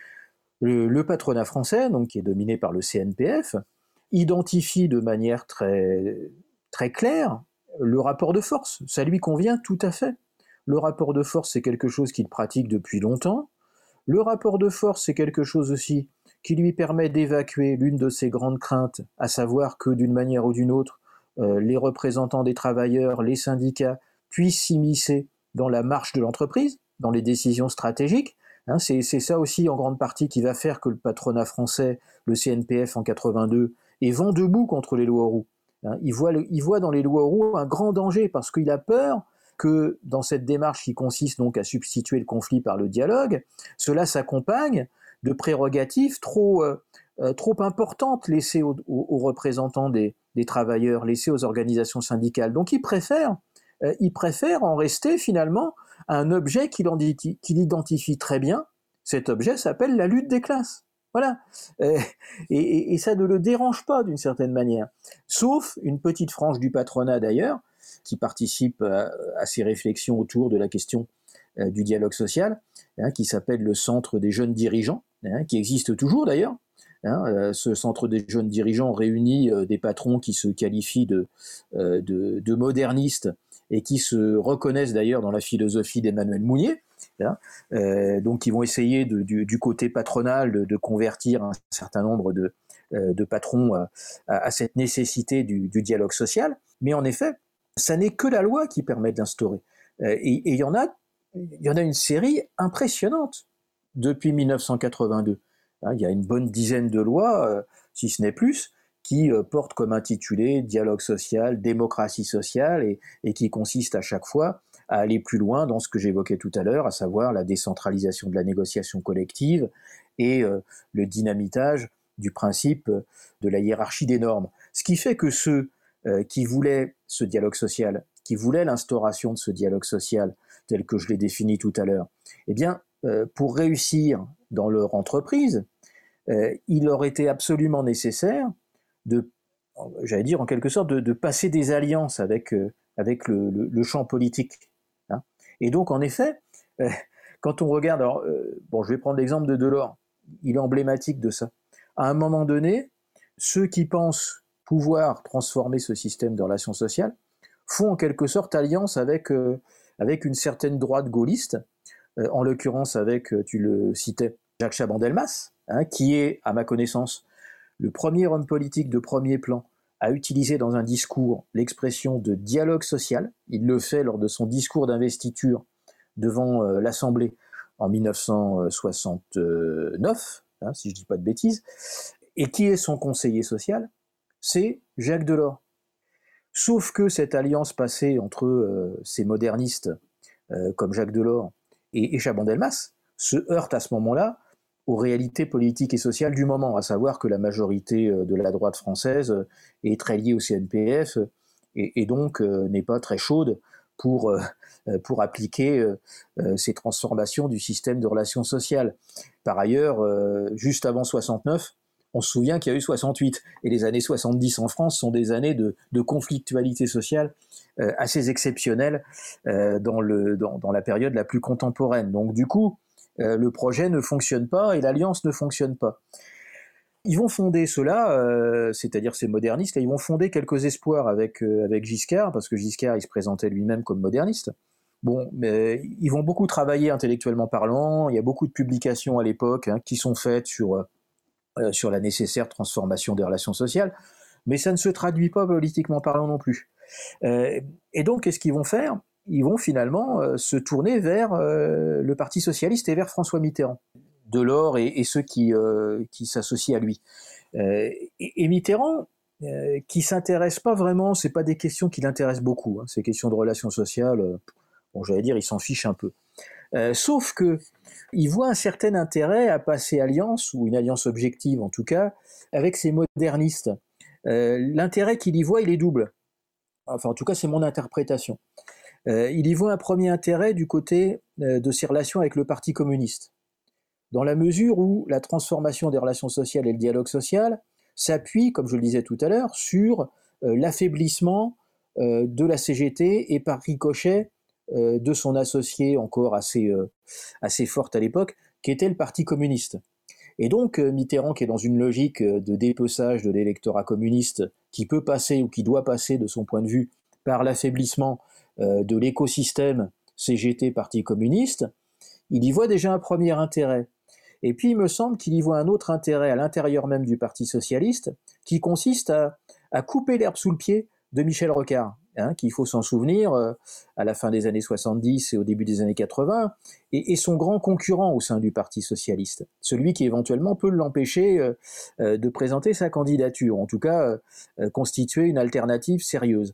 le, le patronat français, donc, qui est dominé par le C N P F, identifie de manière très, très claire le rapport de force. Ça lui convient tout à fait. Le rapport de force, c'est quelque chose qu'il pratique depuis longtemps. Le rapport de force, c'est quelque chose aussi qui lui permet d'évacuer l'une de ses grandes craintes, à savoir que d'une manière ou d'une autre, euh, les représentants des travailleurs, les syndicats, puissent s'immiscer dans la marche de l'entreprise, dans les décisions stratégiques. Hein, c'est, c'est ça aussi en grande partie qui va faire que le patronat français, le C N P F en quatre-vingt-deux, est vent debout contre les lois Auroux. Hein, il voit, le, il voit dans les lois Auroux un grand danger parce qu'il a peur que dans cette démarche qui consiste donc à substituer le conflit par le dialogue, cela s'accompagne de prérogatives trop, euh, trop importantes laissées aux, aux, aux représentants des, des travailleurs, laissées aux organisations syndicales. Donc il préfère, euh, il préfère en rester finalement à un objet qu'il, identifie, qu'il identifie très bien. Cet objet s'appelle la lutte des classes. Voilà. Euh, et, et, et ça ne le dérange pas d'une certaine manière. Sauf une petite frange du patronat d'ailleurs, qui participe à, à ces réflexions autour de la question euh, du dialogue social, hein, qui s'appelle le Centre des jeunes dirigeants, hein, qui existe toujours d'ailleurs. Hein, euh, ce Centre des jeunes dirigeants réunit euh, des patrons qui se qualifient de, euh, de, de modernistes et qui se reconnaissent d'ailleurs dans la philosophie d'Emmanuel Mounier, hein, euh, donc qui vont essayer de, du, du côté patronal de, de convertir un certain nombre de, euh, de patrons à, à cette nécessité du, du dialogue social. Mais en effet, ça n'est que la loi qui permet d'instaurer. Et il y en a, il y en a une série impressionnante depuis mille neuf cent quatre-vingt-deux. Il y a une bonne dizaine de lois, si ce n'est plus, qui portent comme intitulé dialogue social, démocratie sociale, et, et qui consistent à chaque fois à aller plus loin dans ce que j'évoquais tout à l'heure, à savoir la décentralisation de la négociation collective et euh, le dynamitage du principe de la hiérarchie des normes. Ce qui fait que ceux euh, qui voulaient ce dialogue social, qui voulaient l'instauration de ce dialogue social, tel que je l'ai défini tout à l'heure, eh bien, euh, pour réussir dans leur entreprise, euh, il leur était absolument nécessaire de, j'allais dire en quelque sorte, de, de passer des alliances avec, euh, avec le, le, le champ politique. Hein. Et donc, en effet, euh, quand on regarde, alors, euh, bon, je vais prendre l'exemple de Delors, il est emblématique de ça. À un moment donné, ceux qui pensent pouvoir transformer ce système de relations sociales font en quelque sorte alliance avec, euh, avec une certaine droite gaulliste, euh, en l'occurrence avec, tu le citais, Jacques Chaban-Delmas, hein, qui est, à ma connaissance, le premier homme politique de premier plan à utiliser dans un discours l'expression de dialogue social. Il le fait lors de son discours d'investiture devant euh, l'Assemblée en mille neuf cent soixante-neuf, hein, si je ne dis pas de bêtises. Et qui est son conseiller social ? C'est Jacques Delors. Sauf que cette alliance passée entre euh, ces modernistes euh, comme Jacques Delors et, et Chaban-Delmas se heurte à ce moment-là aux réalités politiques et sociales du moment, à savoir que la majorité de la droite française est très liée au C N P F et, et donc euh, n'est pas très chaude pour, euh, pour appliquer euh, ces transformations du système de relations sociales. Par ailleurs, euh, juste avant soixante-neuf, on se souvient qu'il y a eu soixante-huit, et les années soixante-dix en France sont des années de, de conflictualité sociale euh, assez exceptionnelles euh, dans, le, dans, dans la période la plus contemporaine. Donc du coup, euh, le projet ne fonctionne pas et l'alliance ne fonctionne pas. Ils vont fonder cela, euh, c'est-à-dire ces modernistes, ils vont fonder quelques espoirs avec, euh, avec Giscard, parce que Giscard, il se présentait lui-même comme moderniste. Bon, mais ils vont beaucoup travailler intellectuellement parlant, il y a beaucoup de publications à l'époque hein, qui sont faites sur, euh, sur la nécessaire transformation des relations sociales, mais ça ne se traduit pas politiquement parlant non plus. Euh, et donc, qu'est-ce qu'ils vont faire ? Ils vont finalement euh, se tourner vers euh, le Parti socialiste et vers François Mitterrand. Delors et, et ceux qui, euh, qui s'associent à lui. Euh, et, et Mitterrand, euh, qui s'intéresse pas vraiment, c'est pas des questions qui l'intéressent beaucoup, hein, ces questions de relations sociales, euh, bon, j'allais dire, il s'en fiche un peu. Euh, sauf que il voit un certain intérêt à passer alliance, ou une alliance objective en tout cas, avec ces modernistes. Euh, l'intérêt qu'il y voit, il est double. Enfin, en tout cas, c'est mon interprétation. Euh, il y voit un premier intérêt du côté euh, de ses relations avec le Parti communiste, dans la mesure où la transformation des relations sociales et le dialogue social s'appuient, comme je le disais tout à l'heure, sur euh, l'affaiblissement euh, de la C G T et par ricochet euh, de son associé encore assez, euh, assez forte à l'époque, qui était le Parti communiste. Et donc euh, Mitterrand, qui est dans une logique de dépeçage de l'électorat communiste, qui peut passer ou qui doit passer de son point de vue par l'affaiblissement euh, de l'écosystème C G T-Parti communiste, il y voit déjà un premier intérêt. Et puis, il me semble qu'il y voit un autre intérêt à l'intérieur même du Parti socialiste, qui consiste à, à couper l'herbe sous le pied de Michel Rocard, hein, qu'il faut s'en souvenir, euh, à la fin des années soixante-dix et au début des années quatre-vingts, et, et son grand concurrent au sein du Parti socialiste, celui qui éventuellement peut l'empêcher euh, euh, de présenter sa candidature, en tout cas euh, constituer une alternative sérieuse.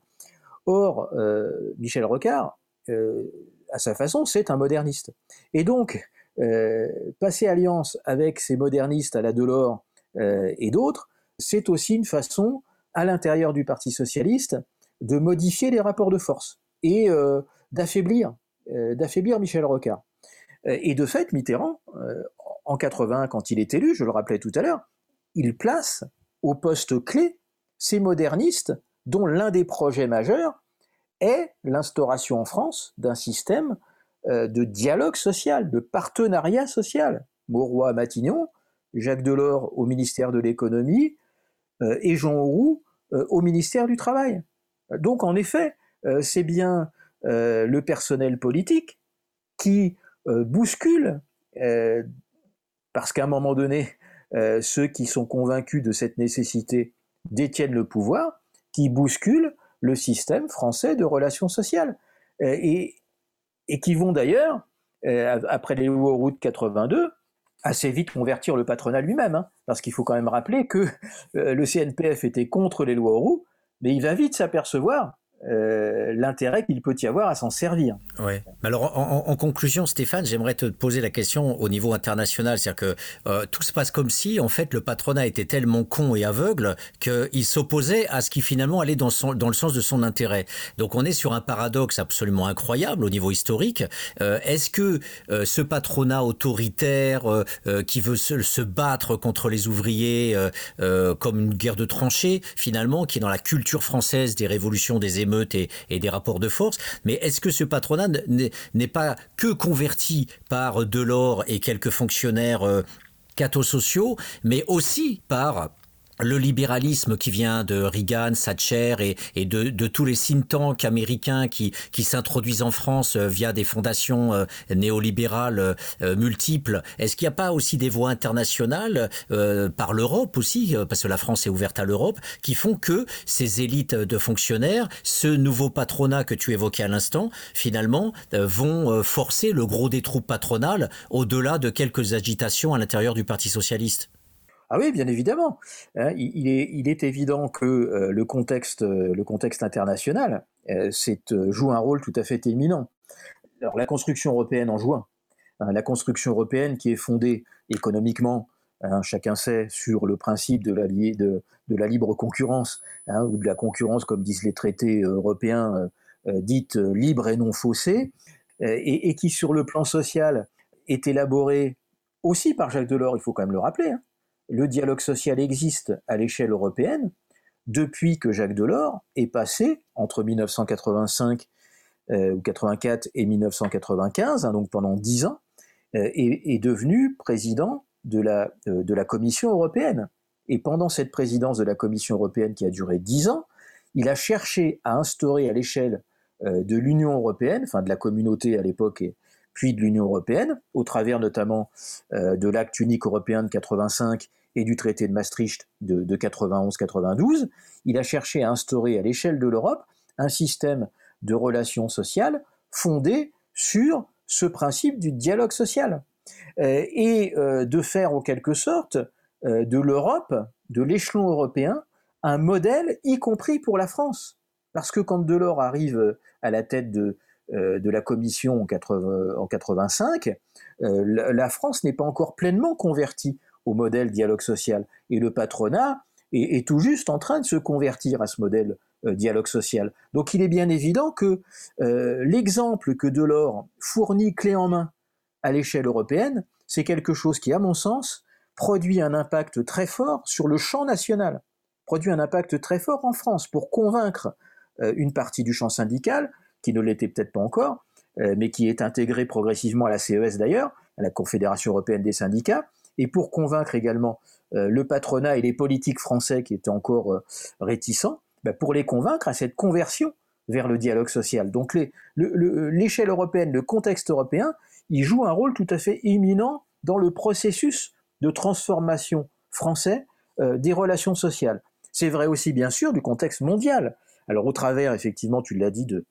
Or, euh, Michel Rocard, euh, à sa façon, c'est un moderniste. Et donc, Euh, passer alliance avec ces modernistes à la Delors euh, et d'autres, c'est aussi une façon, à l'intérieur du Parti socialiste, de modifier les rapports de force et euh, d'affaiblir, euh, d'affaiblir Michel Rocard. Euh, et de fait, Mitterrand, euh, en quatre-vingts, quand il est élu, je le rappelais tout à l'heure, il place au poste clé ces modernistes dont l'un des projets majeurs est l'instauration en France d'un système de dialogue social, de partenariat social. Mauroy à Matignon, Jacques Delors au ministère de l'économie euh, et Jean Auroux euh, au ministère du travail. Donc en effet, euh, c'est bien euh, le personnel politique qui euh, bouscule, euh, parce qu'à un moment donné, euh, ceux qui sont convaincus de cette nécessité détiennent le pouvoir, qui bousculent le système français de relations sociales. Euh, et et qui vont d'ailleurs, euh, après les lois Auroux de quatre-vingt-deux, assez vite convertir le patronat lui-même, hein, parce qu'il faut quand même rappeler que euh, le C N P F était contre les lois Auroux, mais il va vite s'apercevoir euh, l'intérêt qu'il peut y avoir à s'en servir. Ouais. Alors en, en, en conclusion, Stéphane, j'aimerais te poser la question au niveau international, c'est-à-dire que euh, tout se passe comme si, en fait, le patronat était tellement con et aveugle qu'il s'opposait à ce qui finalement allait dans, son, dans le sens de son intérêt. Donc on est sur un paradoxe absolument incroyable au niveau historique. Euh, est-ce que euh, ce patronat autoritaire euh, euh, qui veut se, se battre contre les ouvriers euh, euh, comme une guerre de tranchées, finalement, qui est dans la culture française des révolutions, des émeutes et, et des rapports de force, mais est-ce que ce patronat n'est, n'est pas que converti par Delors et quelques fonctionnaires euh, cathosociaux, mais aussi par le libéralisme qui vient de Reagan, Thatcher et, et de, de tous les think tanks américains qui, qui s'introduisent en France via des fondations euh, néolibérales euh, multiples. Est-ce qu'il n'y a pas aussi des voies internationales, euh, par l'Europe aussi, parce que la France est ouverte à l'Europe, qui font que ces élites de fonctionnaires, ce nouveau patronat que tu évoquais à l'instant, finalement, euh, vont euh, forcer le gros des troupes patronales au-delà de quelques agitations à l'intérieur du Parti socialiste ? Ah oui, bien évidemment. Hein, il, est, il est évident que euh, le, contexte, euh, le contexte international euh, c'est, euh, joue un rôle tout à fait éminent. Alors la construction européenne en joue un. Hein, la construction européenne qui est fondée économiquement, hein, chacun sait, sur le principe de la, de, de la libre concurrence, hein, ou de la concurrence, comme disent les traités européens, euh, dite libre et non faussée, euh, et, et qui sur le plan social est élaborée aussi par Jacques Delors, il faut quand même le rappeler, hein. Le dialogue social existe à l'échelle européenne depuis que Jacques Delors est passé entre dix-neuf cent quatre-vingt-cinq euh, ou quatre-vingt-quatre et dix-neuf cent quatre-vingt-quinze, hein, donc pendant dix ans, euh, est, est devenu président de la, euh, de la Commission européenne. Et pendant cette présidence de la Commission européenne qui a duré dix ans, il a cherché à instaurer à l'échelle euh, de l'Union européenne, enfin de la communauté à l'époque, et puis de l'Union européenne, au travers notamment euh, de l'acte unique européen de quatre-vingt-cinq et du traité de Maastricht de, de quatre-vingt-onze quatre-vingt-douze, il a cherché à instaurer à l'échelle de l'Europe un système de relations sociales fondé sur ce principe du dialogue social, euh, et euh, de faire en quelque sorte euh, de l'Europe, de l'échelon européen, un modèle, y compris pour la France. Parce que quand Delors arrive à la tête de, euh, de la Commission en, quatre-vingts, en quatre-vingt-cinq, euh, la, la France n'est pas encore pleinement convertie au modèle dialogue social. Et le patronat est, est tout juste en train de se convertir à ce modèle euh, dialogue social. Donc il est bien évident que euh, l'exemple que Delors fournit clé en main à l'échelle européenne, c'est quelque chose qui, à mon sens, produit un impact très fort sur le champ national, produit un impact très fort en France pour convaincre euh, une partie du champ syndical, qui ne l'était peut-être pas encore, euh, mais qui est intégrée progressivement à la C E S d'ailleurs, à la Confédération européenne des syndicats, et pour convaincre également euh, le patronat et les politiques français qui étaient encore euh, réticents, bah, pour les convaincre à cette conversion vers le dialogue social. Donc les, le, le, l'échelle européenne, le contexte européen, il joue un rôle tout à fait éminent dans le processus de transformation français euh, des relations sociales. C'est vrai aussi, bien sûr, du contexte mondial. Alors, au travers, effectivement, tu l'as dit, de,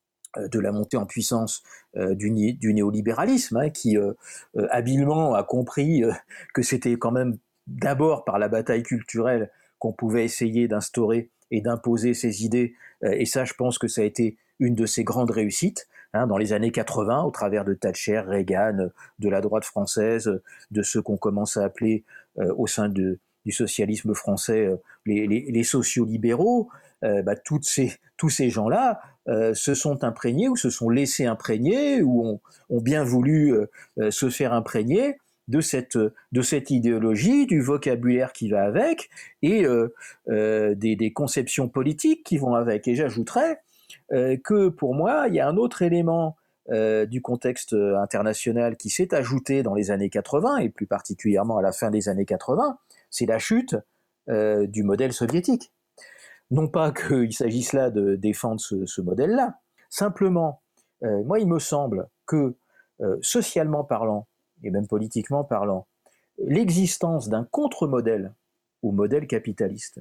de la montée en puissance euh, du, du néolibéralisme, hein, qui euh, euh, habilement a compris euh, que c'était quand même d'abord par la bataille culturelle qu'on pouvait essayer d'instaurer et d'imposer ses idées. Euh, et ça, je pense que ça a été une de ses grandes réussites, hein, dans les années quatre-vingts, au travers de Thatcher, Reagan, de la droite française, de ceux qu'on commence à appeler euh, au sein de, du socialisme français euh, les, les, les sociolibéraux. Euh, bah, toutes ces, tous ces gens-là euh, se sont imprégnés ou se sont laissés imprégner ou ont, ont bien voulu euh, se faire imprégner de cette, de cette idéologie, du vocabulaire qui va avec et euh, euh, des, des conceptions politiques qui vont avec. Et j'ajouterais euh, que pour moi, il y a un autre élément euh, du contexte international qui s'est ajouté dans les années quatre-vingts et plus particulièrement à la fin des années quatre-vingts, c'est la chute euh, du modèle soviétique. Non pas qu'il s'agisse là de défendre ce, ce modèle-là, simplement, euh, moi il me semble que, euh, socialement parlant, et même politiquement parlant, l'existence d'un contre-modèle au modèle capitaliste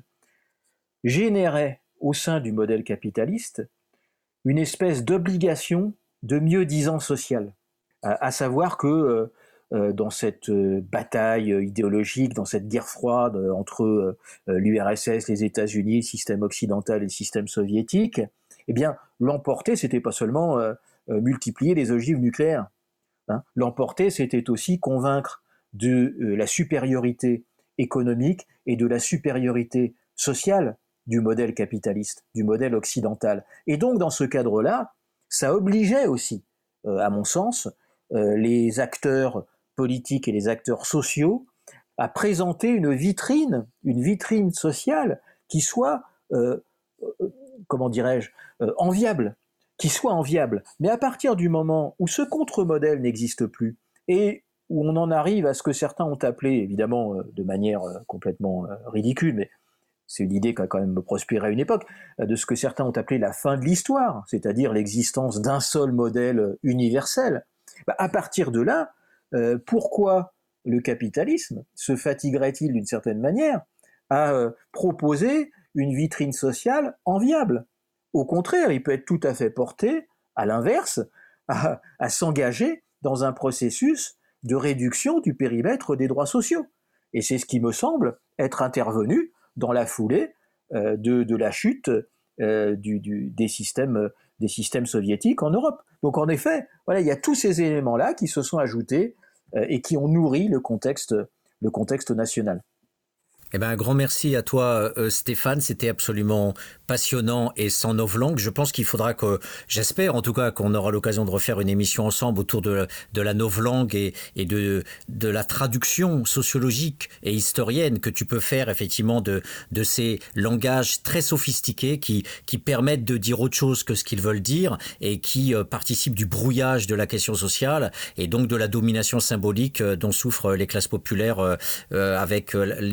générait au sein du modèle capitaliste une espèce d'obligation de mieux-disant social, à, à savoir que euh, euh, dans cette euh, bataille idéologique, dans cette guerre froide euh, entre euh, l'U R S S, les États-Unis, le système occidental et le système soviétique, eh bien, l'emporter, c'était pas seulement euh, euh, multiplier les ogives nucléaires. Hein. L'emporter, c'était aussi convaincre de euh, la supériorité économique et de la supériorité sociale du modèle capitaliste, du modèle occidental. Et donc, dans ce cadre-là, ça obligeait aussi, euh, à mon sens, euh, les acteurs politiques et les acteurs sociaux à présenter une vitrine, une vitrine sociale qui soit, euh, euh, comment dirais-je, euh, enviable, qui soit enviable. Mais à partir du moment où ce contre-modèle n'existe plus et où on en arrive à ce que certains ont appelé, évidemment euh, de manière euh, complètement euh, ridicule, mais c'est une idée qui a quand même prospéré à une époque, euh, de ce que certains ont appelé la fin de l'histoire, c'est-à-dire l'existence d'un seul modèle universel. Bah, à partir de là, euh, pourquoi le capitalisme se fatiguerait-il d'une certaine manière à euh, proposer une vitrine sociale enviable? Au contraire, il peut être tout à fait porté, à l'inverse, à, à s'engager dans un processus de réduction du périmètre des droits sociaux. Et c'est ce qui me semble être intervenu dans la foulée euh, de, de la chute euh, du, du, des, systèmes, des systèmes soviétiques en Europe. Donc en effet, voilà, il y a tous ces éléments-là qui se sont ajoutés euh, et qui ont nourri le contexte, le contexte national. Eh ben, un grand merci à toi, euh, Stéphane. C'était absolument passionnant et sans novlangue. Je pense qu'il faudra que, j'espère en tout cas, qu'on aura l'occasion de refaire une émission ensemble autour de, de la novlangue et, et de, de la traduction sociologique et historienne que tu peux faire effectivement de, de ces langages très sophistiqués qui, qui permettent de dire autre chose que ce qu'ils veulent dire et qui euh, participent du brouillage de la question sociale et donc de la domination symbolique euh, dont souffrent les classes populaires euh, euh, avec euh,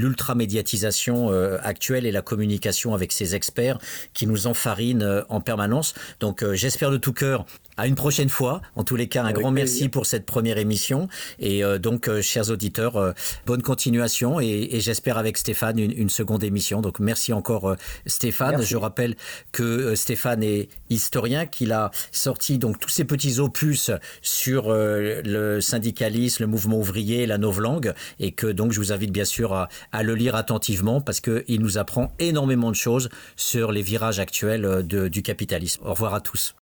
l'ultra-médiatisation euh, actuelle et la communication avec ces experts qui nous enfarinent euh, en permanence. Donc euh, j'espère de tout cœur à une prochaine fois. En tous les cas, un Avec grand plaisir. merci pour cette première émission. Et euh, donc, euh, chers auditeurs, euh, bonne continuation. Et, et j'espère avec Stéphane une, une seconde émission. Donc, merci encore euh, Stéphane. Merci. Je rappelle que euh, Stéphane est historien, qu'il a sorti donc tous ces petits opus sur euh, le syndicalisme, le mouvement ouvrier, la novlangue. Et que donc, je vous invite bien sûr à, à le lire attentivement parce qu'il nous apprend énormément de choses sur les virages actuels de, du capitalisme. Au revoir à tous.